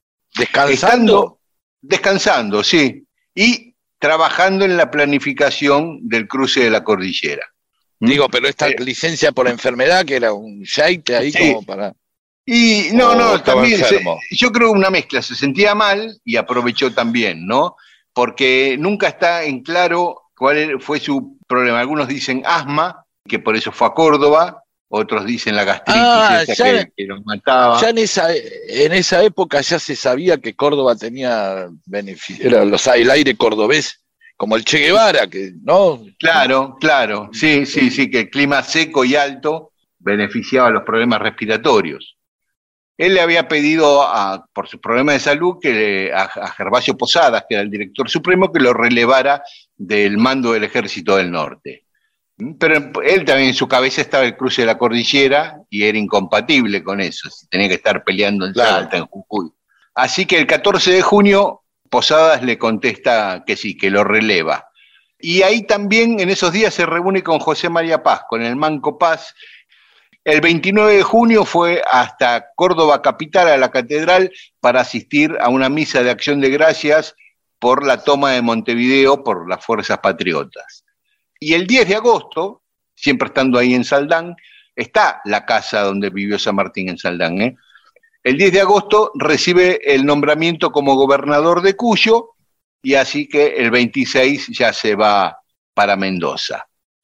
Descansando, sí, y trabajando en la planificación del cruce de la cordillera. Digo, pero esta licencia por enfermedad, que era un yaite ahí como para... Y no, también yo creo una mezcla, se sentía mal y aprovechó también, ¿no? Porque nunca está en claro cuál fue su problema. Algunos dicen asma, que por eso fue a Córdoba, otros dicen la gastritis que los mataba. Ya en esa época ya se sabía que Córdoba tenía beneficio, era el aire cordobés, como el Che Guevara, que ¿no? Claro, sí, que el clima seco y alto beneficiaba los problemas respiratorios. Él le había pedido, por sus problemas de salud, a Gervasio Posadas, que era el director supremo, que lo relevara del mando del Ejército del Norte. Pero él también en su cabeza estaba el cruce de la cordillera y era incompatible con eso, tenía que estar peleando en Salta, en Jujuy. Así que el 14 de junio Posadas le contesta que sí, que lo releva. Y ahí también en esos días se reúne con José María Paz, con el Manco Paz. El 29 de junio fue hasta Córdoba capital, a la catedral, para asistir a una misa de acción de gracias por la toma de Montevideo por las fuerzas patriotas. Y el 10 de agosto, siempre estando ahí en Saldán, está la casa donde vivió San Martín en Saldán, ¿eh? El 10 de agosto recibe el nombramiento como gobernador de Cuyo, y así que el 26 ya se va para Mendoza.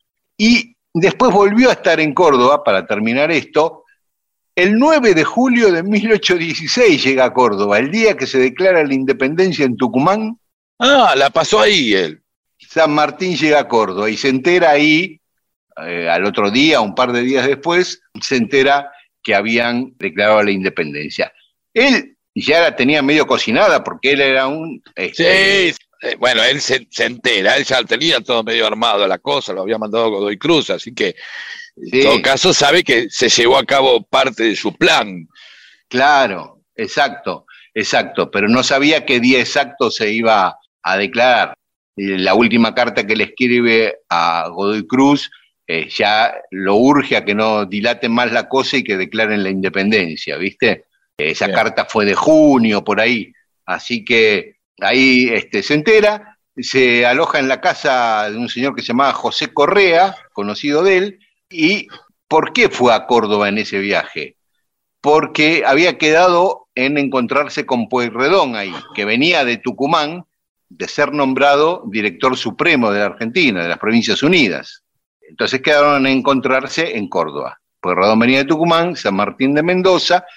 Y después volvió a estar en Córdoba, para terminar esto, el 9 de julio de 1816 llega a Córdoba, el día que se declara la independencia en Tucumán. Ah, la pasó ahí él. San Martín llega a Córdoba y se entera ahí, al otro día, un par de días después, se entera que habían declarado la independencia. Él ya la tenía medio cocinada porque él era un... Sí, bueno, él se entera, él ya tenía todo medio armado la cosa, lo había mandado Godoy Cruz, así que en todo caso sabe que se llevó a cabo parte de su plan. Claro, exacto, pero no sabía qué día exacto se iba a declarar. La última carta que le escribe a Godoy Cruz ya lo urge a que no dilaten más la cosa y que declaren la independencia, ¿viste? Esa carta fue de junio, por ahí. Así que ahí se entera, se aloja en la casa de un señor que se llamaba José Correa, conocido de él. ¿Y por qué fue a Córdoba en ese viaje? Porque había quedado en encontrarse con Pueyrredón ahí, que venía de Tucumán, de ser nombrado director supremo de la Argentina, de las Provincias Unidas. Entonces quedaron a encontrarse en Córdoba. Pueyrredón venía de Tucumán, San Martín de Mendoza,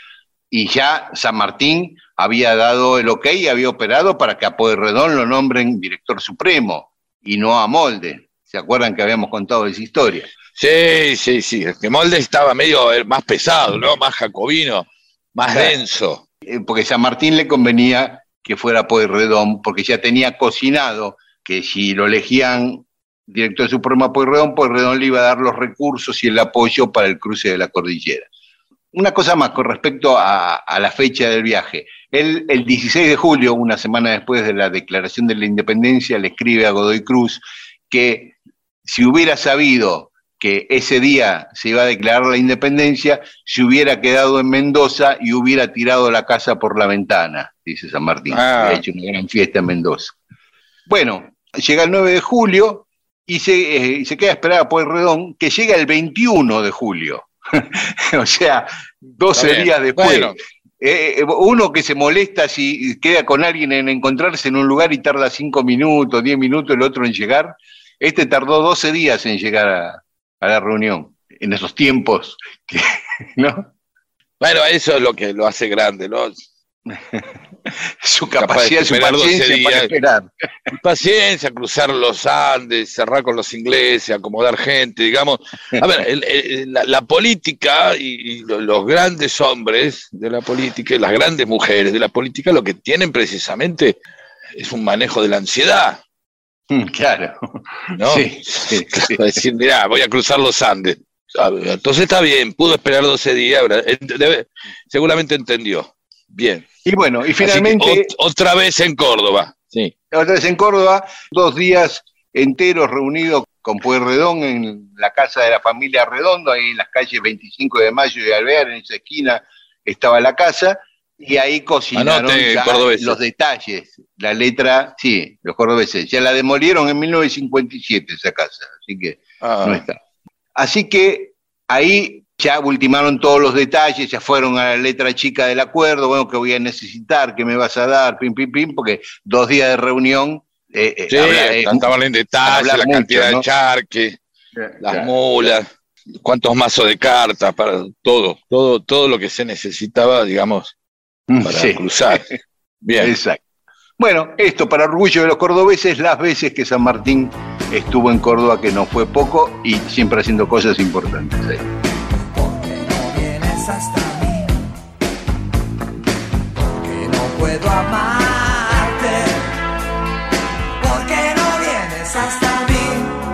y ya San Martín había dado el ok y había operado para que a Pueyrredón lo nombren director supremo y no a Molde. ¿Se acuerdan que habíamos contado esa historia? Sí. Es que Molde estaba medio más pesado, ¿no? Más jacobino, más denso. Porque San Martín le convenía que fuera Pueyrredón, porque ya tenía cocinado que si lo elegían director supremo a Pueyrredón, Pueyrredón le iba a dar los recursos y el apoyo para el cruce de la cordillera. Una cosa más con respecto a la fecha del viaje. Él, el 16 de julio, una semana después de la declaración de la independencia, le escribe a Godoy Cruz que si hubiera sabido que ese día se iba a declarar la independencia, se hubiera quedado en Mendoza y hubiera tirado la casa por la ventana, dice San Martín. Ha hecho una gran fiesta en Mendoza. Bueno, llega el 9 de julio y se queda a esperar a Pueyrredón, que llega el 21 de julio. O sea, 12 días después. Bueno. Uno que se molesta si queda con alguien en encontrarse en un lugar y tarda 5 minutos, 10 minutos, el otro en llegar. Este tardó 12 días en llegar a la reunión, en esos tiempos, ¿no? Bueno, eso es lo que lo hace grande, ¿no? Su capacidad, su paciencia para esperar. Paciencia, cruzar los Andes, cerrar con los ingleses, acomodar gente, digamos. A ver, la política y los grandes hombres de la política y las grandes mujeres de la política lo que tienen precisamente es un manejo de la ansiedad. Claro. ¿No? Sí. Decir, mirá, voy a cruzar los Andes. Entonces está bien, pudo esperar 12 días, seguramente entendió. Bien. Y bueno, y finalmente... Otra vez en Córdoba. Sí. Otra vez en Córdoba, 2 días enteros reunidos con Pueyrredón en la casa de la familia Redondo, ahí en las calles 25 de Mayo y Alvear, en esa esquina estaba la casa, y ahí cocinaron los detalles, la letra, sí, los cordobeses. Ya la demolieron en 1957 esa casa, así que no está. Así que ahí ya ultimaron todos los detalles, ya fueron a la letra chica del acuerdo, bueno, que voy a necesitar, que me vas a dar, pim, porque 2 días de reunión. Estaban en detalle, la cantidad de charque, las mulas, cuántos mazos de cartas, para todo lo que se necesitaba, digamos, para cruzar. Bien. Exacto. Bueno, esto para orgullo de los cordobeses, las veces que San Martín estuvo en Córdoba, que no fue poco, y siempre haciendo cosas importantes ahí. Hasta mí, porque no puedo amarte, porque no vienes hasta mí,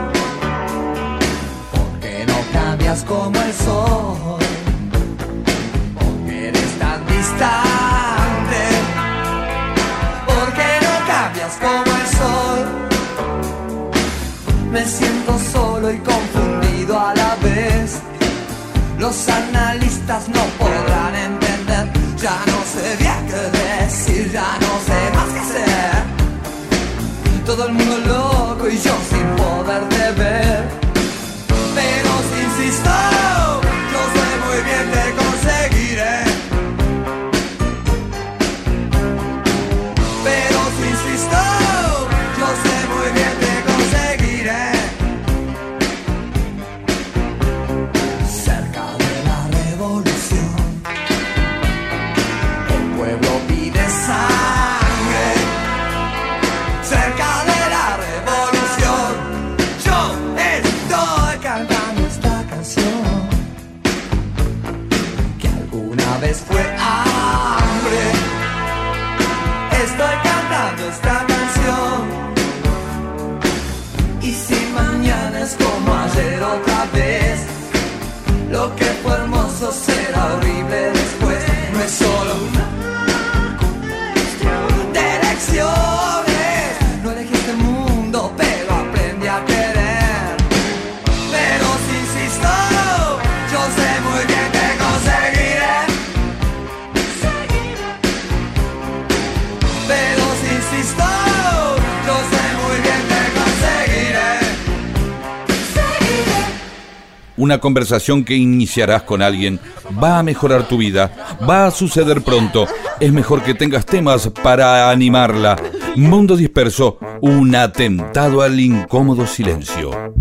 porque no cambias como el sol, porque eres tan distante, porque no cambias como el sol. Me siento solo y confundido a la vez. Los analistas no podrán entender, ya no sé bien qué decir, ya no sé más qué hacer. Todo el mundo loco y yo sin poderte ver. Pero si insisto, yo sé muy bien te conseguiré. Pero si insisto, yo sé muy bien te conseguiré. Fue hambre. Estoy cantando esta canción. Y si mañana es como ayer otra vez, lo que fue hermoso será horrible después. No es solo una cuestión de elecciones. No elegí este mundo, pero aprendí a querer. Pero si insisto, yo sé muy bien que conseguiré. Pero si insisto, yo sé muy bien que conseguiré. Una conversación que iniciarás con alguien va a mejorar tu vida, va a suceder pronto. Es mejor que tengas temas para animarla. Mundo Disperso, un atentado al incómodo silencio.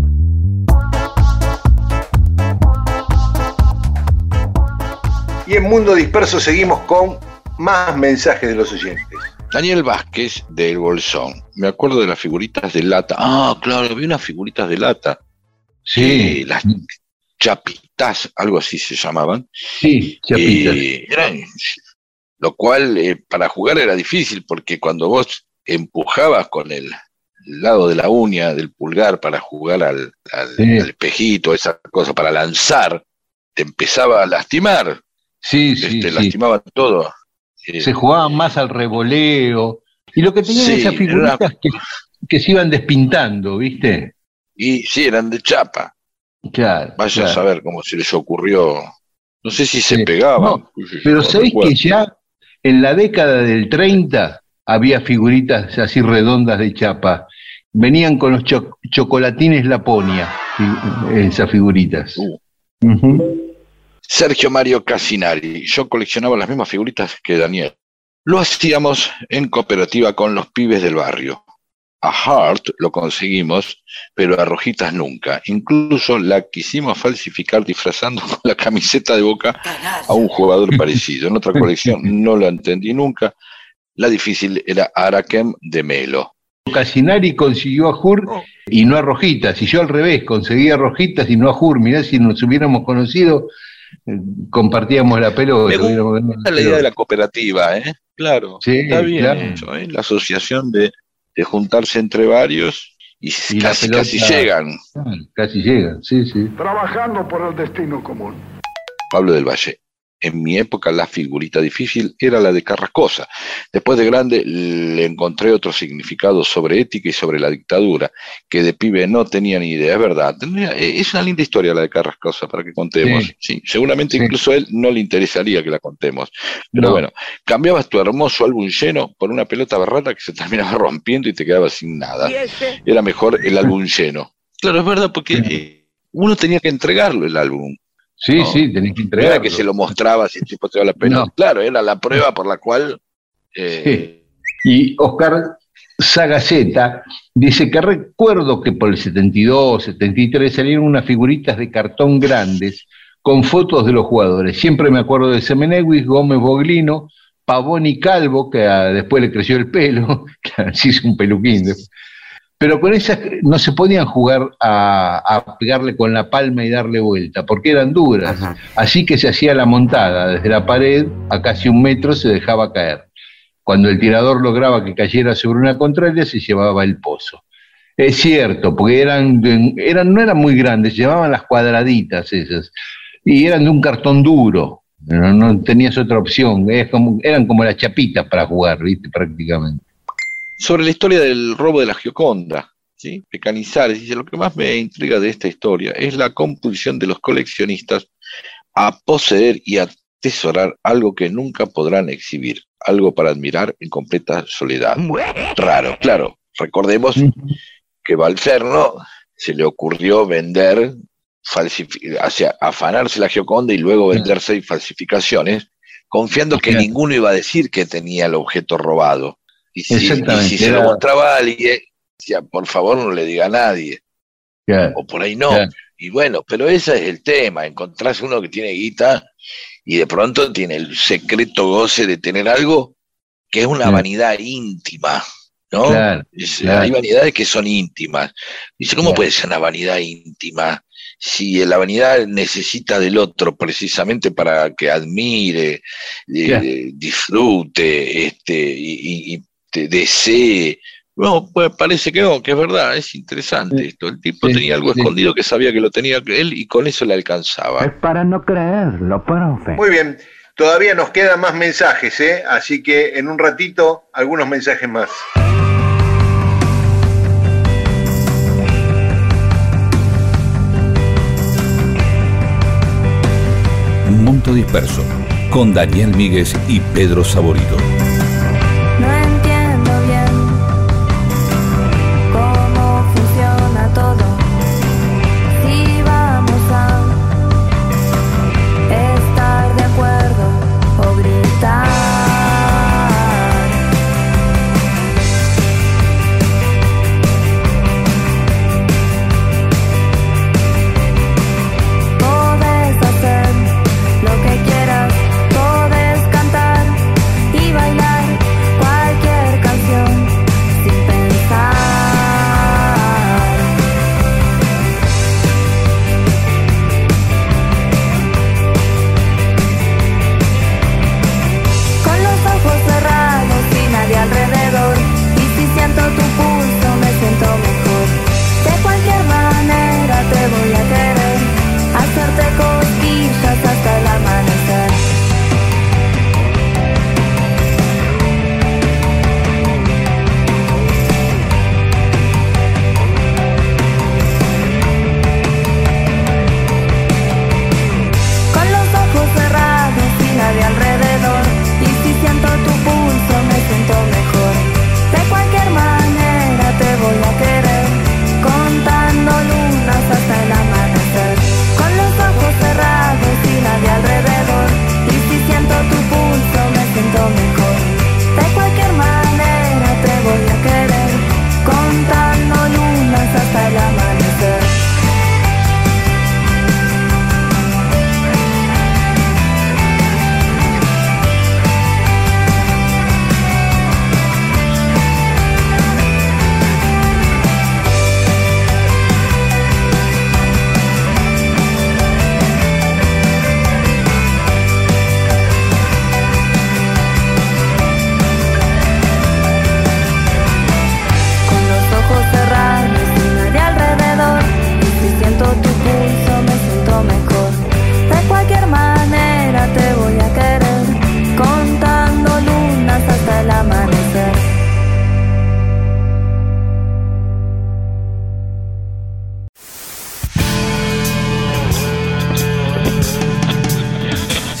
Y en Mundo Disperso seguimos con más mensajes de los oyentes. Daniel Vázquez del Bolsón. Me acuerdo de las figuritas de lata. Ah, claro, había unas figuritas de lata. Sí. Las chapitas, algo así se llamaban. Sí, chapitas. Lo cual para jugar era difícil, porque cuando vos empujabas con el lado de la uña del pulgar para jugar al espejito, esa cosa para lanzar, te empezaba a lastimar. Sí, lastimaban todo. Se jugaban más al revoleo. Y lo que tenían esas figuritas que se iban despintando, ¿viste? Y sí, eran de chapa. Claro. Vaya a saber cómo se les ocurrió. No sé si se pegaban. No, pero ¿sabéis que ya en la década del 30 había figuritas así redondas de chapa? Venían con los chocolatines Laponia, esas figuritas. Sergio Mario Casinari. Yo coleccionaba las mismas figuritas que Daniel. Lo hacíamos en cooperativa con los pibes del barrio. A Hart lo conseguimos, pero a Rojitas nunca. Incluso la quisimos falsificar disfrazando con la camiseta de Boca a un jugador parecido. En otra colección no la entendí nunca. La difícil era Arakem de Melo. Casinari consiguió a Hurt y no a Rojitas. Y yo al revés, conseguía a Rojitas y no a Hurt. Mirá, si nos hubiéramos conocido, compartíamos la pelota. Me gusta la idea de la cooperativa, ¿eh? Claro, sí, está bien claro. hecho, ¿eh? La asociación de juntarse entre varios y casi llegan. Casi llegan, sí. Trabajando por el destino común. Pablo del Valle. En mi época la figurita difícil era la de Carrascosa. Después de grande le encontré otro significado sobre ética y sobre la dictadura, que de pibe no tenía ni idea. Es verdad, es una linda historia la de Carrascosa para que contemos. Sí, seguramente incluso a él no le interesaría que la contemos. Pero bueno, cambiabas tu hermoso álbum lleno por una pelota barrata que se terminaba rompiendo y te quedabas sin nada. Era mejor el álbum lleno. Claro, es verdad, porque uno tenía que entregarlo el álbum. Sí, tenés que entregarlo. No era que se lo mostraba si el tipo te daba la pelota. No. Claro, era la prueba por la cual... Y Oscar Sagaceta dice que recuerdo que por el 72, 73 salieron unas figuritas de cartón grandes con fotos de los jugadores. Siempre me acuerdo de Semenewis, Gómez Boglino, Pavón y Calvo, que después le creció el pelo, se hizo un peluquín. Pero con esas no se podían jugar a pegarle con la palma y darle vuelta, porque eran duras. Ajá. Así que se hacía la montada, desde la pared a casi 1 metro se dejaba caer. Cuando el tirador lograba que cayera sobre una contraria, se llevaba el pozo. Es cierto, porque no eran muy grandes, llevaban las cuadraditas esas, y eran de un cartón duro, no tenías otra opción, eran como las chapitas para jugar, ¿viste? Prácticamente. Sobre la historia del robo de la Gioconda, ¿sí? De Canizares, dice, lo que más me intriga de esta historia es la compulsión de los coleccionistas a poseer y atesorar algo que nunca podrán exhibir, algo para admirar en completa soledad. Raro, claro. Recordemos que Valferno se le ocurrió vender, afanarse la Gioconda y luego vender 6 falsificaciones, confiando que ninguno iba a decir que tenía el objeto robado. Y si se lo mostraba a alguien, decía, por favor no le diga a nadie. O por ahí no. Y bueno, pero ese es el tema, encontrás uno que tiene guita y de pronto tiene el secreto goce de tener algo que es una vanidad íntima, ¿no? Hay vanidades que son íntimas. Dice, ¿cómo puede ser una vanidad íntima si la vanidad necesita del otro precisamente para que admire, disfrute, y desee? No, pues parece que no, que es verdad, es interesante esto. El tipo tenía algo escondido que sabía que lo tenía él y con eso le alcanzaba. Es para no creerlo, profe. Muy bien, todavía nos quedan más mensajes, así que en un ratito algunos mensajes más. Mundo Disperso, con Daniel Míguez y Pedro Saborido.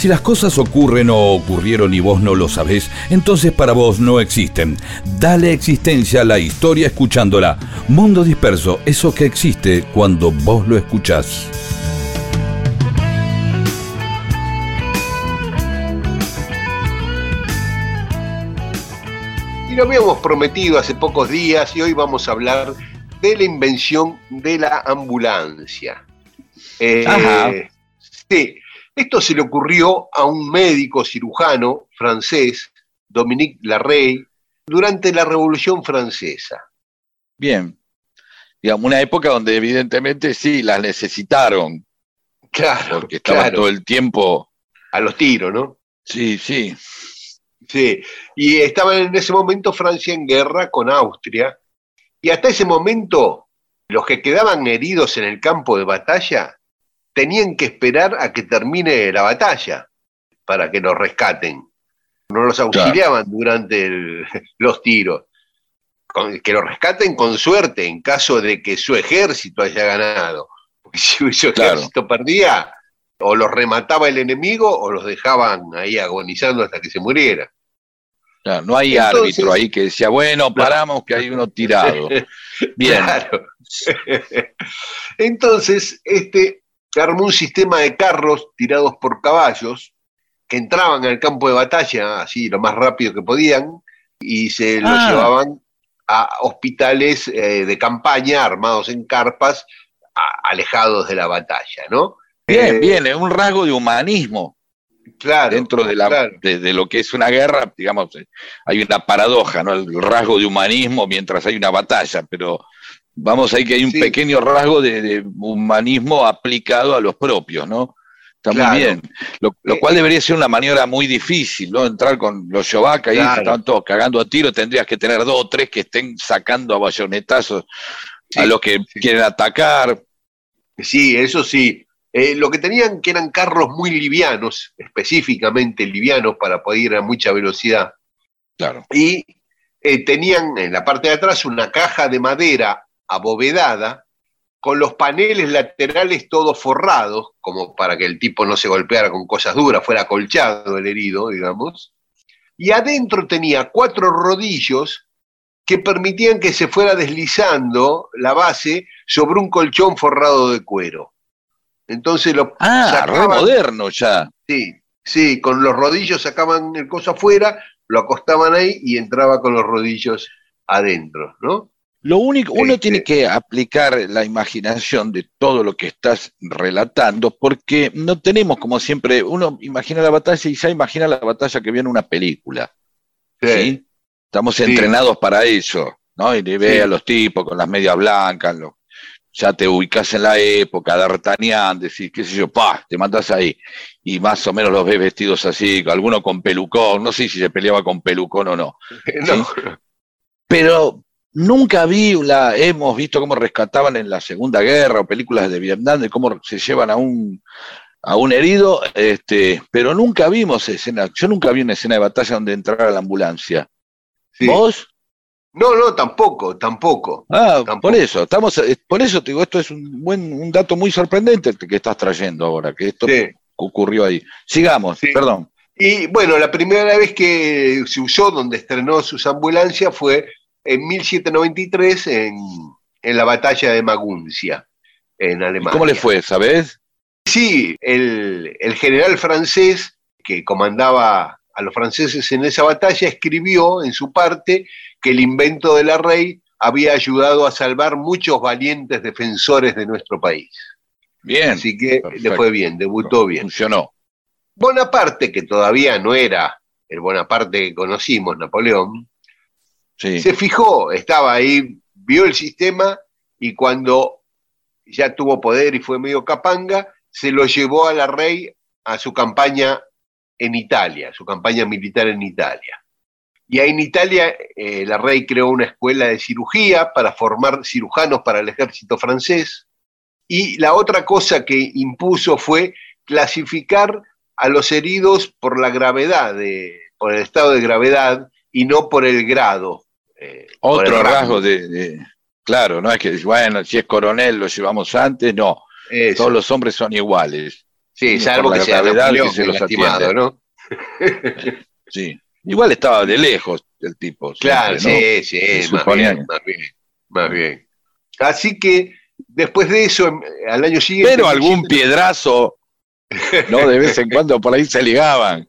Si las cosas ocurren o ocurrieron y vos no lo sabés, entonces para vos no existen. Dale existencia a la historia escuchándola. Mundo Disperso, eso que existe cuando vos lo escuchás. Y lo habíamos prometido hace pocos días y hoy vamos a hablar de la invención de la ambulancia. Sí, esto se le ocurrió a un médico cirujano francés, Dominique Larrey, durante la Revolución Francesa. Bien. Digamos, una época donde evidentemente sí, las necesitaron. Claro. Porque estaban todo el tiempo a los tiros, ¿no? Sí, sí. Sí, y estaba en ese momento Francia en guerra con Austria, y hasta ese momento los que quedaban heridos en el campo de batalla tenían que esperar a que termine la batalla para que los rescaten. No los auxiliaban durante los tiros. Que los rescaten con suerte en caso de que su ejército haya ganado. Porque si su ejército perdía, o los remataba el enemigo o los dejaban ahí agonizando hasta que se muriera. Claro, no hay árbitro ahí que decía, bueno, paramos que hay uno tirado. Bien. Claro. Entonces, armó un sistema de carros tirados por caballos que entraban al campo de batalla así lo más rápido que podían y se los llevaban a hospitales de campaña armados en carpas alejados de la batalla, ¿no? Bien, es un rasgo de humanismo. Claro. Dentro de, de lo que es una guerra, digamos, hay una paradoja, ¿no? El rasgo de humanismo mientras hay una batalla, pero vamos ahí que hay un pequeño rasgo de humanismo aplicado a los propios, ¿no? Está muy bien. Lo cual debería ser una maniobra muy difícil, ¿no? Entrar con los Yovac ahí, estaban todos cagando a tiro, tendrías que tener 2 o 3 que estén sacando a bayonetazos a los que quieren atacar. Sí, eso sí. Lo que tenían que eran carros muy livianos, específicamente livianos para poder ir a mucha velocidad. Claro. Y tenían en la parte de atrás una caja de madera abovedada con los paneles laterales todos forrados, como para que el tipo no se golpeara con cosas duras, fuera acolchado el herido, digamos. Y adentro tenía 4 rodillos que permitían que se fuera deslizando la base sobre un colchón forrado de cuero. Entonces lo sacaban, re moderno ya. Sí, con los rodillos sacaban el coso afuera, lo acostaban ahí y entraba con los rodillos adentro, ¿no? Lo único, uno tiene que aplicar la imaginación de todo lo que estás relatando, porque no tenemos, como siempre, uno imagina la batalla y ya imagina la batalla que viene en una película. ¿Sí? Estamos entrenados para eso, ¿no? Y ve a los tipos con las medias blancas, ya te ubicás en la época, D'Artagnan, decís, qué sé yo, te mandás ahí, y más o menos los ves vestidos así, alguno con pelucón, no sé si se peleaba con pelucón o no. No. Pero nunca hemos visto cómo rescataban en la Segunda Guerra, o películas de Vietnam, de cómo se llevan a un herido, pero nunca vimos escena, yo nunca vi una escena de batalla donde entrara la ambulancia. ¿Vos? No, tampoco. Tampoco. Por eso te digo, esto es un dato muy sorprendente que estás trayendo ahora, que esto ocurrió ahí. Sigamos, perdón. Y bueno, la primera vez que se usó, donde estrenó sus ambulancias, fue en 1793 en la batalla de Maguncia, en Alemania. ¿Cómo le fue, sabés? Sí, el general francés que comandaba a los franceses en esa batalla escribió en su parte que el invento de Larrey había ayudado a salvar muchos valientes defensores de nuestro país. Bien. Así que le fue bien, debutó bien. Funcionó. Bonaparte, que todavía no era el Bonaparte que conocimos, Napoleón, se fijó, estaba ahí, vio el sistema y cuando ya tuvo poder y fue medio capanga, se lo llevó a Larrey a su campaña en Italia, su campaña militar en Italia. Y ahí en Italia, Larrey creó una escuela de cirugía para formar cirujanos para el ejército francés. Y la otra cosa que impuso fue clasificar a los heridos por la gravedad, por el estado de gravedad y no por el grado. Otro rasgo claro, no es que, bueno, si es coronel lo llevamos antes, no. Todos los hombres son iguales. Sí, salvo que sea Napoleón, que se los lastimado, atiende, ¿no? Sí. Igual estaba de lejos el tipo. Claro, siempre, ¿no? sí, más bien. Así que después de eso, al año siguiente... Pero algún piedrazo, ¿no? De vez en cuando por ahí se ligaban.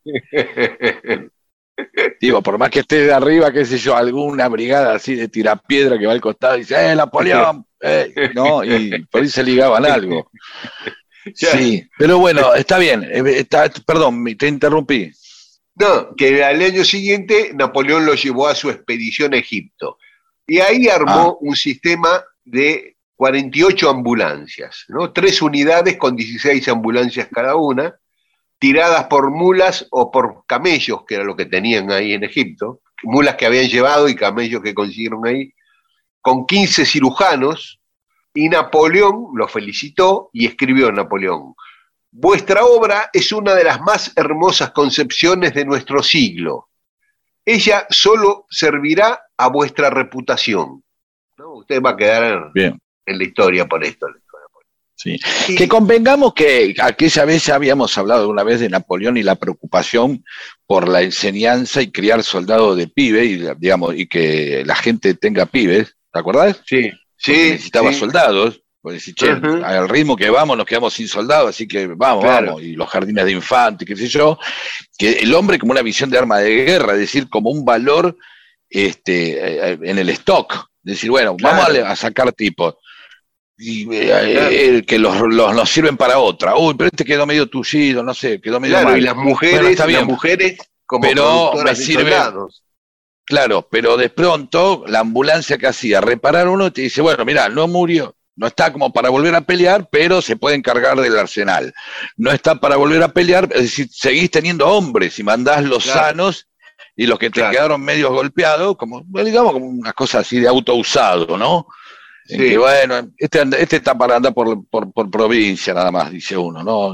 Digo, por más que esté de arriba, qué sé yo, alguna brigada así de tirapiedra que va al costado y dice, Napoleón, ¿no? Y por ahí se ligaban algo. Sí, pero bueno, está bien. Perdón, te interrumpí. No, que al año siguiente Napoleón lo llevó a su expedición a Egipto. Y ahí armó un sistema de 48 ambulancias, ¿no? 3 unidades con 16 ambulancias cada una, tiradas por mulas o por camellos, que era lo que tenían ahí en Egipto, mulas que habían llevado y camellos que consiguieron ahí, con 15 cirujanos, y Napoleón lo felicitó y escribió Napoleón: vuestra obra es una de las más hermosas concepciones de nuestro siglo. Ella solo servirá a vuestra reputación, ¿no? Usted va a quedar en la historia por esto. Sí. Que convengamos que aquella vez ya habíamos hablado una vez de Napoleón y la preocupación por la enseñanza y criar soldados de pibe, y que la gente tenga pibes, ¿te acordás? Sí. Porque necesitaba soldados, pues decir, che, al ritmo que vamos nos quedamos sin soldados, así que vamos, y los jardines de infantes, qué sé yo, que el hombre como una visión de arma de guerra, es decir, como un valor en el stock, decir, bueno, vamos a sacar tipos, y que nos sirven para otra, pero este quedó medio tullido, no sé, quedó medio mal. Y las mujeres, bueno, está bien, como pero productoras de soldados. Claro, pero de pronto la ambulancia que hacía reparar uno te dice, bueno, mirá, no murió, no está como para volver a pelear, pero se puede encargar del arsenal. No está para volver a pelear, es decir, seguís teniendo hombres y mandás los sanos y los que te quedaron medios golpeados, como, digamos, como una cosa así de auto usado, ¿no? En que, bueno, este está para andar por provincia nada más, dice uno, ¿no?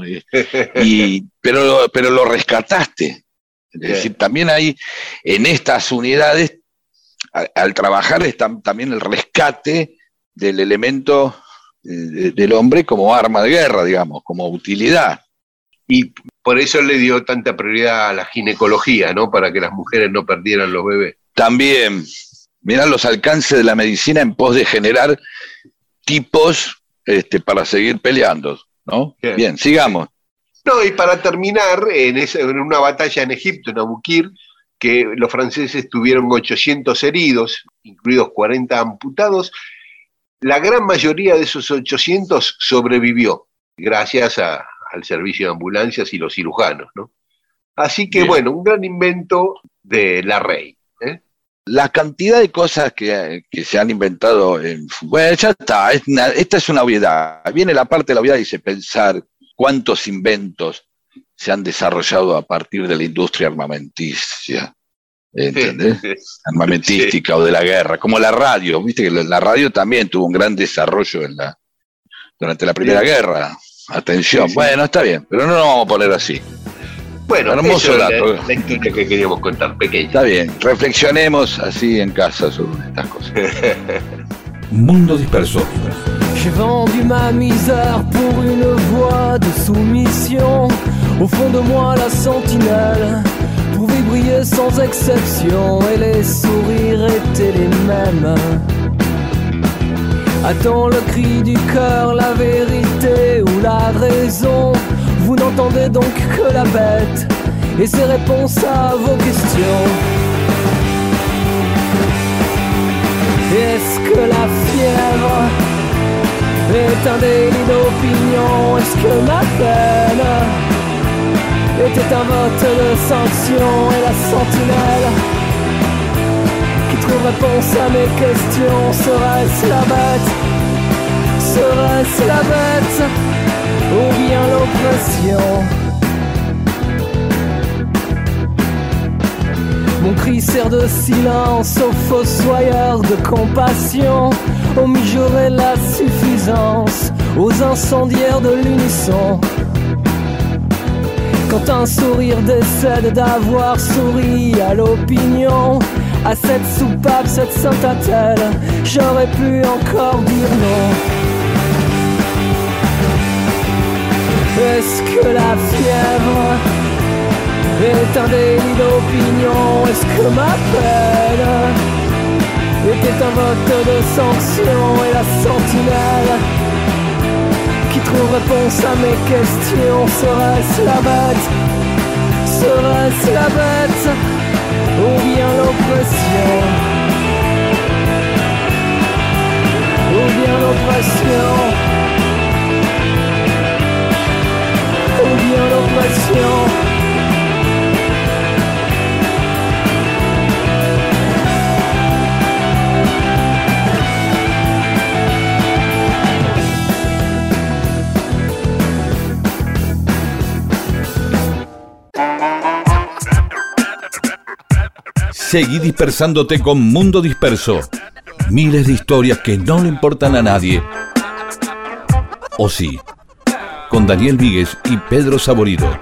Pero lo rescataste. Es decir, también hay en estas unidades, al trabajar, está también el rescate del elemento del hombre como arma de guerra, digamos, como utilidad. Y por eso le dio tanta prioridad a la ginecología, ¿no? Para que las mujeres no perdieran los bebés. También, mirá los alcances de la medicina en pos de generar tipos para seguir peleando, ¿no? Bien, sigamos. No, y para terminar, en una batalla en Egipto, en Abukir, que los franceses tuvieron 800 heridos, incluidos 40 amputados, la gran mayoría de esos 800 sobrevivió, gracias al servicio de ambulancias y los cirujanos, ¿no? Así que, bueno, un gran invento de la Rey. La cantidad de cosas que se han inventado, bueno, ya está, esta es una obviedad. Viene la parte de la obviedad y dice pensar cuántos inventos se han desarrollado a partir de la industria armamentística, ¿entendés? Armamentística o de la guerra, como la radio, viste que la radio también tuvo un gran desarrollo durante la Primera Guerra. Atención, bueno, está bien, pero no nos vamos a poner así. Bueno, hermoso dato. La historia que queríamos contar, pequeña. Está bien, reflexionemos así en casa sobre estas cosas. Mundo disperso. J'ai vendu ma misère pour une voie de soumission. Au fond de moi la sentinelle pouvait briller sans exception et les sourires étaient les mêmes. Attends le cri du cœur, la vérité ou la raison. Vous n'entendez donc que la bête et ses réponses à vos questions. Est-ce que la fièvre est un délit d'opinion? Est-ce que ma peine était un vote de sanction? Et la sentinelle qui trouve réponse à mes questions, serait-ce la bête? Serait-ce la bête ou bien l'oppression? Mon cri sert de silence aux fossoyeurs de compassion, aux mijaurés la suffisance, aux incendiaires de l'unisson. Quand un sourire décède d'avoir souri à l'opinion, à cette soupape, cette sainte-attelle, j'aurais pu encore dire non. Est-ce que la fièvre est un délit d'opinion? Est-ce que ma peine était un vote de sanction? Et la sentinelle qui trouve réponse à mes questions, serait-ce la bête? Serait-ce la bête? Ou bien l'oppression? Ou bien l'oppression? Ou bien l'oppression? Seguí dispersándote con Mundo Disperso. Miles de historias que no le importan a nadie. O sí, con Daniel Víguez y Pedro Saborido.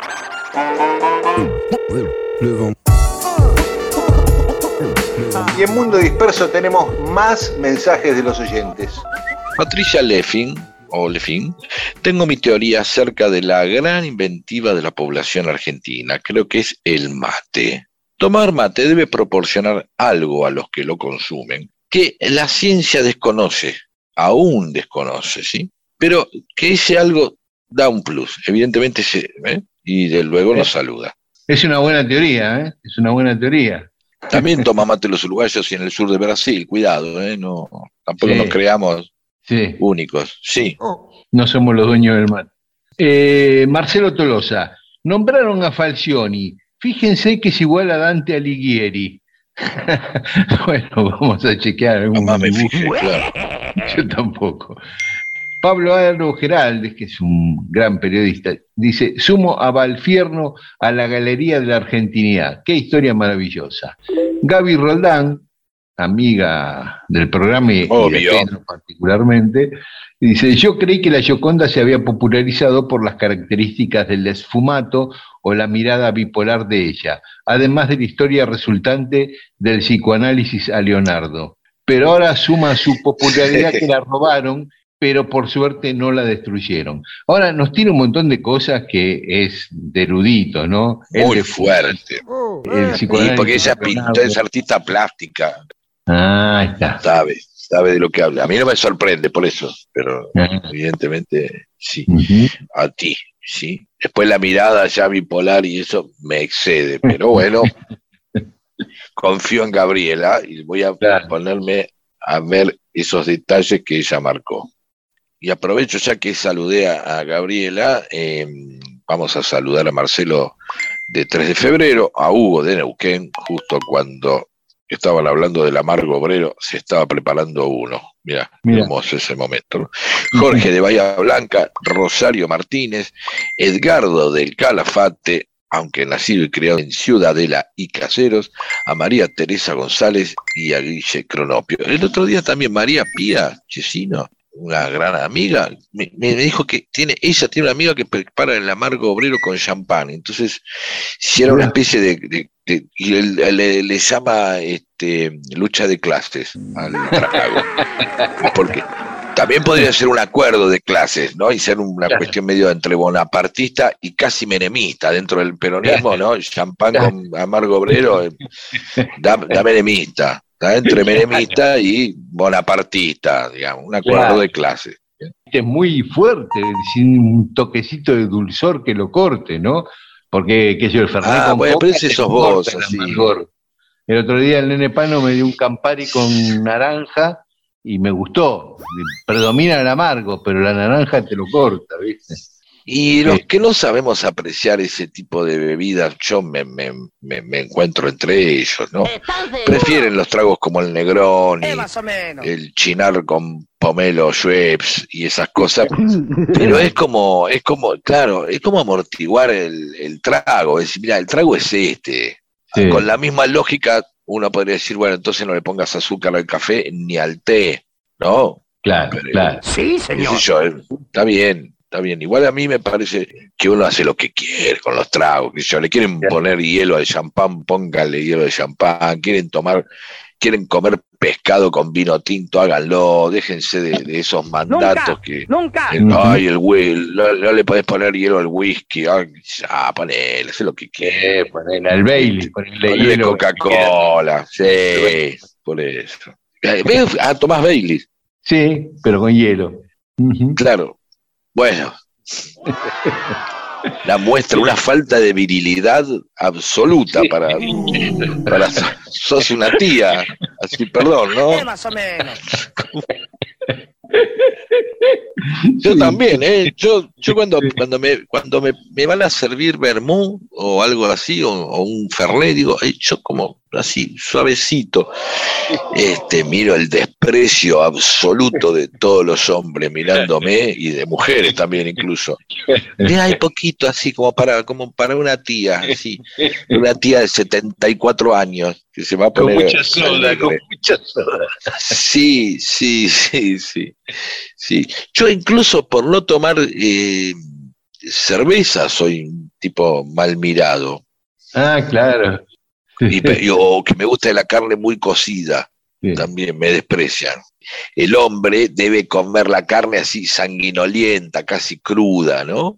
Y en Mundo Disperso tenemos más mensajes de los oyentes. Patricia Leffin, tengo mi teoría acerca de la gran inventiva de la población argentina. Creo que es el mate. Tomar mate debe proporcionar algo a los que lo consumen, que la ciencia desconoce, aún desconoce, ¿sí? Pero que ese algo da un plus, evidentemente, y de luego nos saluda. Es una buena teoría, es una buena teoría. También toma mate los uruguayos y en el sur de Brasil, cuidado, no, tampoco nos creamos únicos, sí. No somos los dueños del mate. Marcelo Tolosa, nombraron a Falcioni. Fíjense que es igual a Dante Alighieri. Bueno, vamos a chequear. Me fijé, claro. Yo tampoco. Pablo Aro Geraldes, que es un gran periodista, dice, sumo a Valfierno a la Galería de la Argentinidad. Qué historia maravillosa. Gaby Roldán, amiga del programa y de Pedro particularmente, dice, yo creí que la Gioconda se había popularizado por las características del esfumato o la mirada bipolar de ella, además de la historia resultante del psicoanálisis a Leonardo. Pero ahora suma su popularidad que la robaron, pero por suerte no la destruyeron. Ahora nos tiene un montón de cosas que es de erudito, ¿no? Muy fuerte. Sí, porque ella pintó, es artista plástica. Ah, está. Sabe de lo que habla. A mí no me sorprende por eso, pero evidentemente sí. A ti, sí. Después la mirada ya bipolar y eso me excede, pero bueno, confío en Gabriela y voy a ponerme a ver esos detalles que ella marcó. Y aprovecho ya que saludé a Gabriela, vamos a saludar a Marcelo de 3 de febrero, a Hugo de Neuquén, justo cuando estaban hablando del amargo obrero, se estaba preparando uno. Mirá. Hermoso ese momento, ¿no? Jorge de Bahía Blanca, Rosario Martínez, Edgardo del Calafate, aunque nacido y criado en Ciudadela y Caseros, a María Teresa González y a Guille Cronopio. El otro día también María Pía Chesino, una gran amiga, me dijo que ella tiene una amiga que prepara el amargo obrero con champán. Entonces, si era una especie y le llama lucha de clases al trago. Porque también podría ser un acuerdo de clases, ¿no? Y ser una cuestión medio entre bonapartista y casi menemista dentro del peronismo, ¿no? Champán con amargo obrero, da menemista. Está entre menemista y bonapartista, digamos, un acuerdo de clase. Es muy fuerte, sin un toquecito de dulzor que lo corte, ¿no? Porque, qué sé yo, el Fernet con bueno, pero ese sos vos, así. El otro día el Nene Pano me dio un Campari con naranja y me gustó. Predomina el amargo, pero la naranja te lo corta, ¿viste? Y los que no sabemos apreciar ese tipo de bebidas, yo me encuentro entre ellos, ¿no? Prefieren los tragos como el Negroni, el Chinar con pomelo Schweppes y esas cosas, pero es como amortiguar el trago, es decir, mira, el trago es con la misma lógica uno podría decir, bueno, entonces no le pongas azúcar al café ni al té, ¿no? Claro. Sí, señor. Está bien. Igual a mí me parece que uno hace lo que quiere con los tragos, le quieren poner hielo de champán, póngale hielo de champán, quieren comer pescado con vino tinto, háganlo, déjense de esos mandatos nunca. Ay, el whisky, no le podés poner hielo al whisky, ponele, haz lo que quieras. Ponele al Bailey, ponele Coca-Cola, sí, por eso. Tomás Bailey. Sí, pero con hielo. Claro, bueno. La muestra, una falta de virilidad absoluta para sos una tía, así, perdón, ¿no? Más o menos. Yo también, yo cuando me van a servir vermú o algo así, o un fernet, digo, yo como así, suavecito, miro el desprecio absoluto de todos los hombres mirándome, y de mujeres también incluso. Hay poquito así, como para una tía, así, una tía de 74 años, que se va a poner... Con mucha soda. Sí. Yo incluso por no tomar cerveza soy un tipo mal mirado. Ah, claro. O que me gusta la carne muy cocida, también me desprecian. El hombre debe comer la carne así sanguinolienta, casi cruda, ¿no?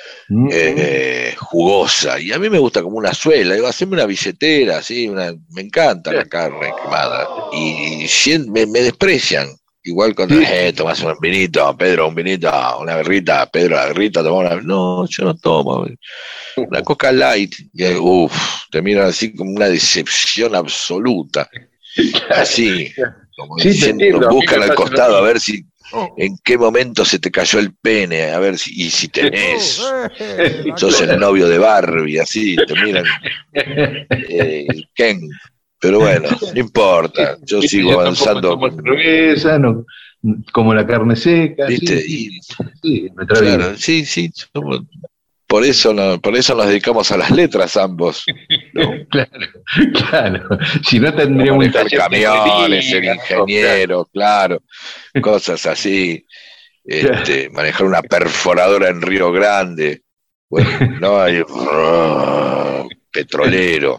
Jugosa, y a mí me gusta como una suela, digo, haceme una billetera, así, me encanta la carne quemada, y me desprecian. Igual cuando tomás un vinito, Pedro, un vinito, una birrita, Pedro, la birrita, tomamos una... No, yo no tomo. Una Coca Light, te miran así como una decepción absoluta. Así, como diciendo, buscan al costado a ver si en qué momento se te cayó el pene, a ver si tenés. Sos el novio de Barbie, así, te miran. Ken. Pero bueno, no importa, yo sigo avanzando. Como cerveza, como la carne seca. ¿Viste? Claro, sí. Por eso nos dedicamos a las letras ambos, ¿no? Claro. Si no tendríamos manejar camiones, ser ingeniero, claro, cosas así. Manejar una perforadora en Río Grande. Bueno, no hay petrolero.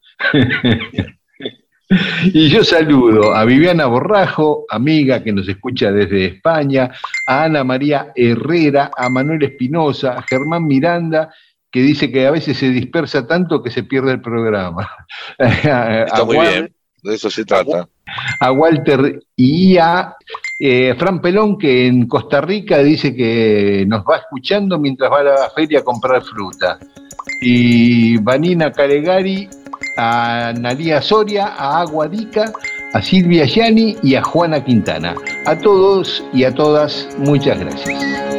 Y yo saludo a Viviana Borrajo, amiga que nos escucha desde España, a Ana María Herrera, a Manuel Espinosa, a Germán Miranda, que dice que a veces se dispersa tanto que se pierde el programa. Está muy bien, de eso se trata. A Walter y a Fran Pelón, que en Costa Rica dice que nos va escuchando mientras va a la feria a comprar fruta. Y Vanina Calegari, a Nalía Soria, a Aguadica, a Silvia Yani y a Juana Quintana. A todos y a todas, muchas gracias.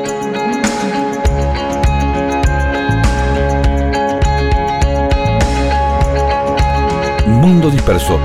Mundo Disperso.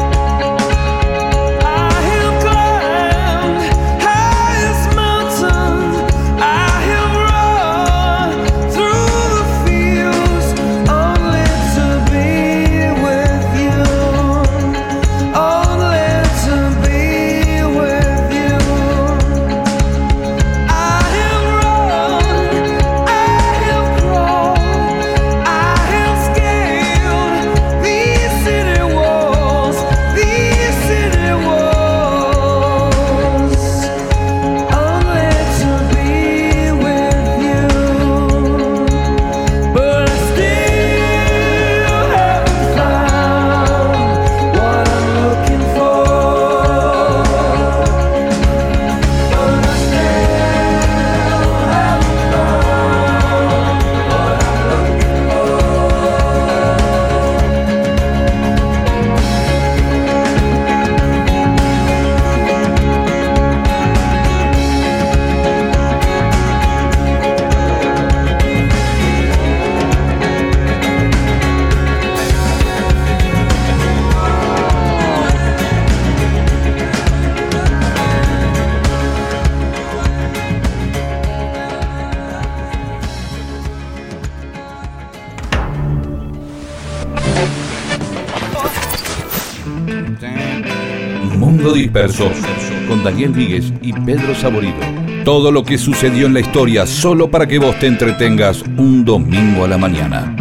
Mundo Disperso, con Daniel Víguez y Pedro Saborido. Todo lo que sucedió en la historia solo para que vos te entretengas un domingo a la mañana.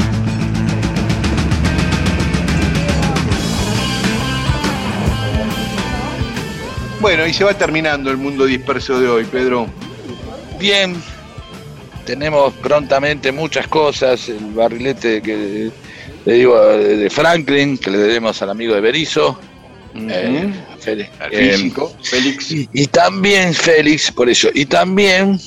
Bueno, y se va terminando el mundo disperso de hoy, Pedro. Bien, tenemos prontamente muchas cosas, el barrilete que le digo de Franklin, que le debemos al amigo de Berizo. Físico, Félix. Y también Félix, por eso, y también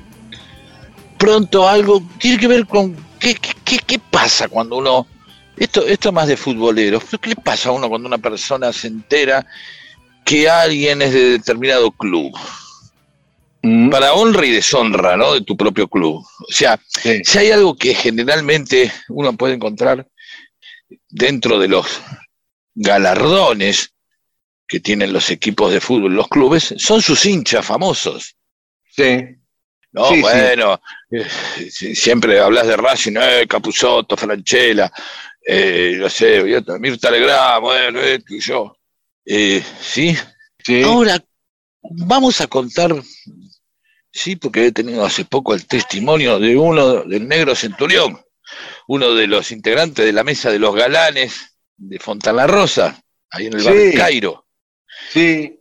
pronto algo tiene que ver con qué pasa cuando uno, esto más de futbolero, ¿qué le pasa a uno cuando una persona se entera que alguien es de determinado club? Para honra y deshonra, ¿no? De tu propio club. O sea, si hay algo que generalmente uno puede encontrar dentro de los galardones que tienen los equipos de fútbol, los clubes, son sus hinchas famosos. Sí. No, sí, bueno, sí. Siempre hablas de Racing, Capusotto, Franchella, no sé, Mirta Legrand, bueno, y yo. ¿Sí? Ahora, vamos a contar, sí, porque he tenido hace poco el testimonio de del Negro Centurión, uno de los integrantes de la mesa de los galanes de Fontana Rosa, ahí en el barrio Cairo. Sí.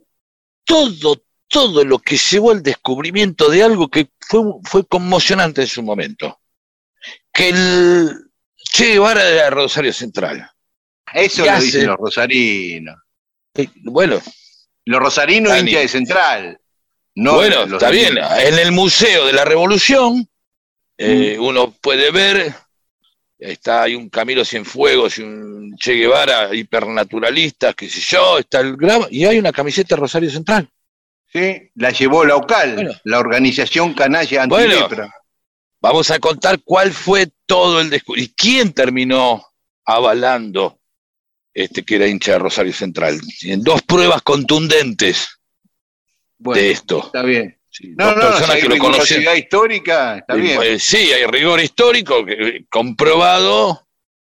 Todo lo que llevó al descubrimiento de algo que fue conmocionante en su momento. Que el Che Guevara era de Rosario Central. Eso lo dicen los rosarinos. Bueno. Los rosarinos hinchas de Central. No, bueno, está bien. En el Museo de la Revolución uno puede ver, hay un Camilo Cienfuegos y un Che Guevara hipernaturalista, qué sé yo, y hay una camiseta de Rosario Central. Sí, la llevó la OCAL, la Organización Canalla Antilepra. Bueno, vamos a contar cuál fue todo el descubrimiento. ¿Y quién terminó avalando que era hincha de Rosario Central? En 2 pruebas contundentes de esto. Está bien. Sí, no, personas si hay que lo conocen. Histórica, está bien. Sí, hay rigor histórico comprobado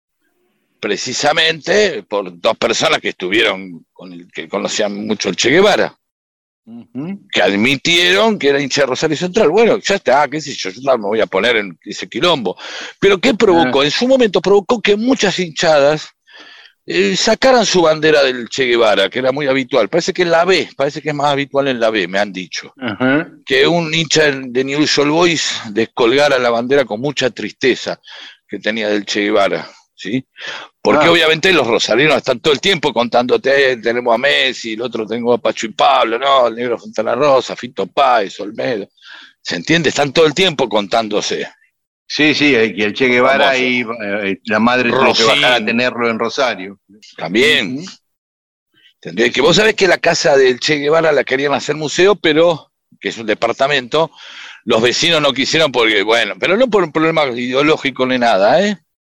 precisamente por 2 personas que estuvieron que conocían mucho el Che Guevara. Que admitieron que era hincha de Rosario Central. Bueno, ya está, qué sé yo me voy a poner en ese quilombo. Pero ¿qué provocó? En su momento provocó que muchas hinchadas sacaran su bandera del Che Guevara, que era muy habitual. Parece que es más habitual en la B, me han dicho. Que un hincha de Newell's Old Boys descolgara la bandera con mucha tristeza que tenía del Che Guevara. ¿Sí? Porque obviamente los rosarinos están todo el tiempo contándote, tenemos a Messi, el otro tengo a Pacho y Pablo, no, el Negro Fontana Rosa, Fito Páez, Olmedo, ¿se entiende? Están todo el tiempo contándose. Sí, que el Che Guevara y la madre tuvo que bajar a tenerlo en Rosario. También. ¿Entendés? Que vos sabés que la casa del Che Guevara la querían hacer museo, pero, que es un departamento, los vecinos no quisieron porque, bueno, pero no por un problema ideológico ni nada,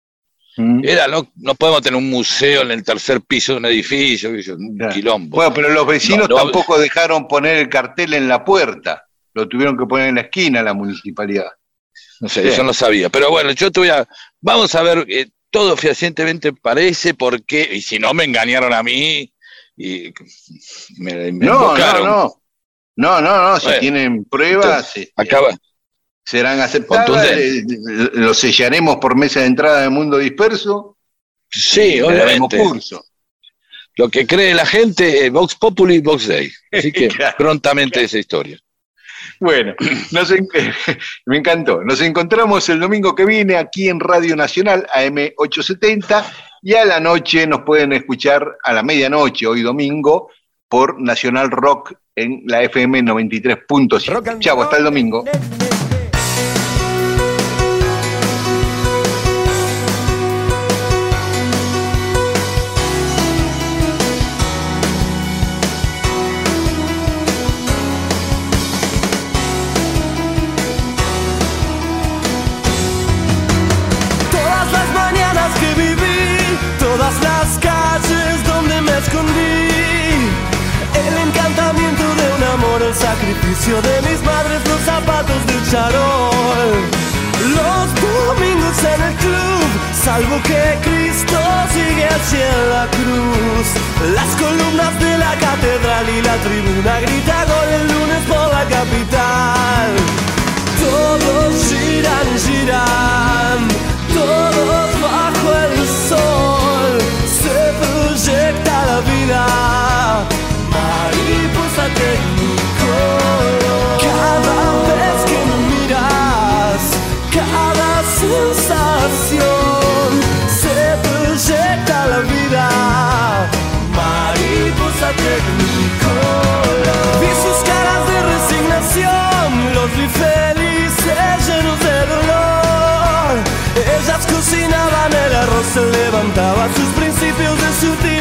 no podemos tener un museo en el 3er piso de un edificio, un quilombo. Bueno, pero los vecinos tampoco dejaron poner el cartel en la puerta, lo tuvieron que poner en la esquina la municipalidad. No sé, eso no sabía, pero bueno, vamos a ver, todo fehacientemente parece, porque, y si no me engañaron a mí, y me invocaron. No, si tienen pruebas, serán aceptadas, lo sellaremos por mesa de entrada del mundo disperso. Sí, obviamente. Curso. Lo que cree la gente, Vox Populi, Vox Dei. Así que prontamente esa historia. Bueno, me encantó. Nos encontramos el domingo que viene aquí en Radio Nacional, AM 870, y a la noche nos pueden escuchar a la medianoche, hoy domingo, por Nacional Rock en la FM 93.5. Chau, hasta el domingo. El sacrificio de mis madres, los zapatos del charol, los domingos en el club, salvo que Cristo sigue hacia la cruz. Las columnas de la catedral y la tribuna grita gol el lunes por la capital. Todos giran, todos bajo el sol, se proyecta la vida, mariposa que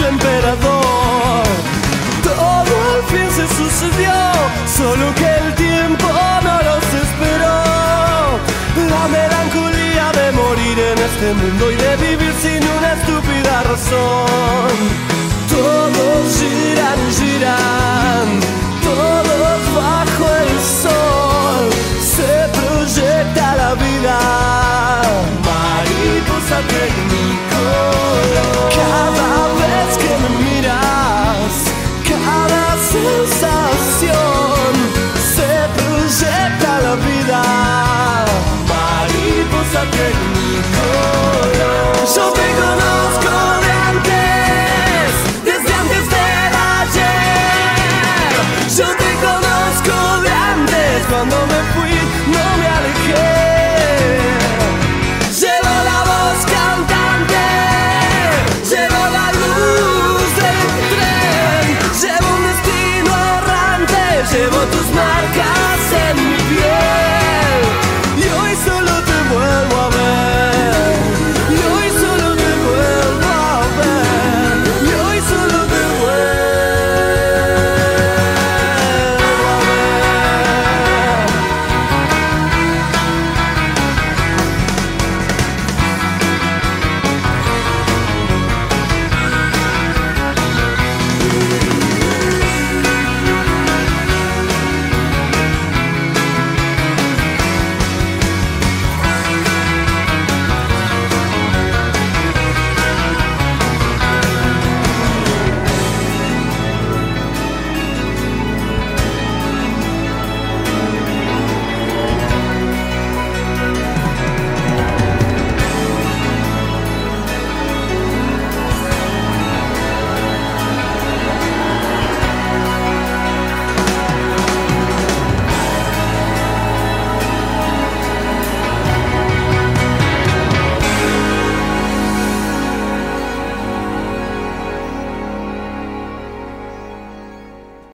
emperador. Todo al fin se sucedió, solo que el tiempo no los esperó. La melancolía de morir en este mundo y de vivir sin una estúpida razón. Todos giran, giran, todos bajo el sol. Se proyecta la vida, mariposa tecnicolor. Cada vez que me miras, cada sensación, se proyecta la vida, mariposa tecnicolor. Yo te conozco de antes, desde antes del ayer. Yo te conozco de antes, cuando me fui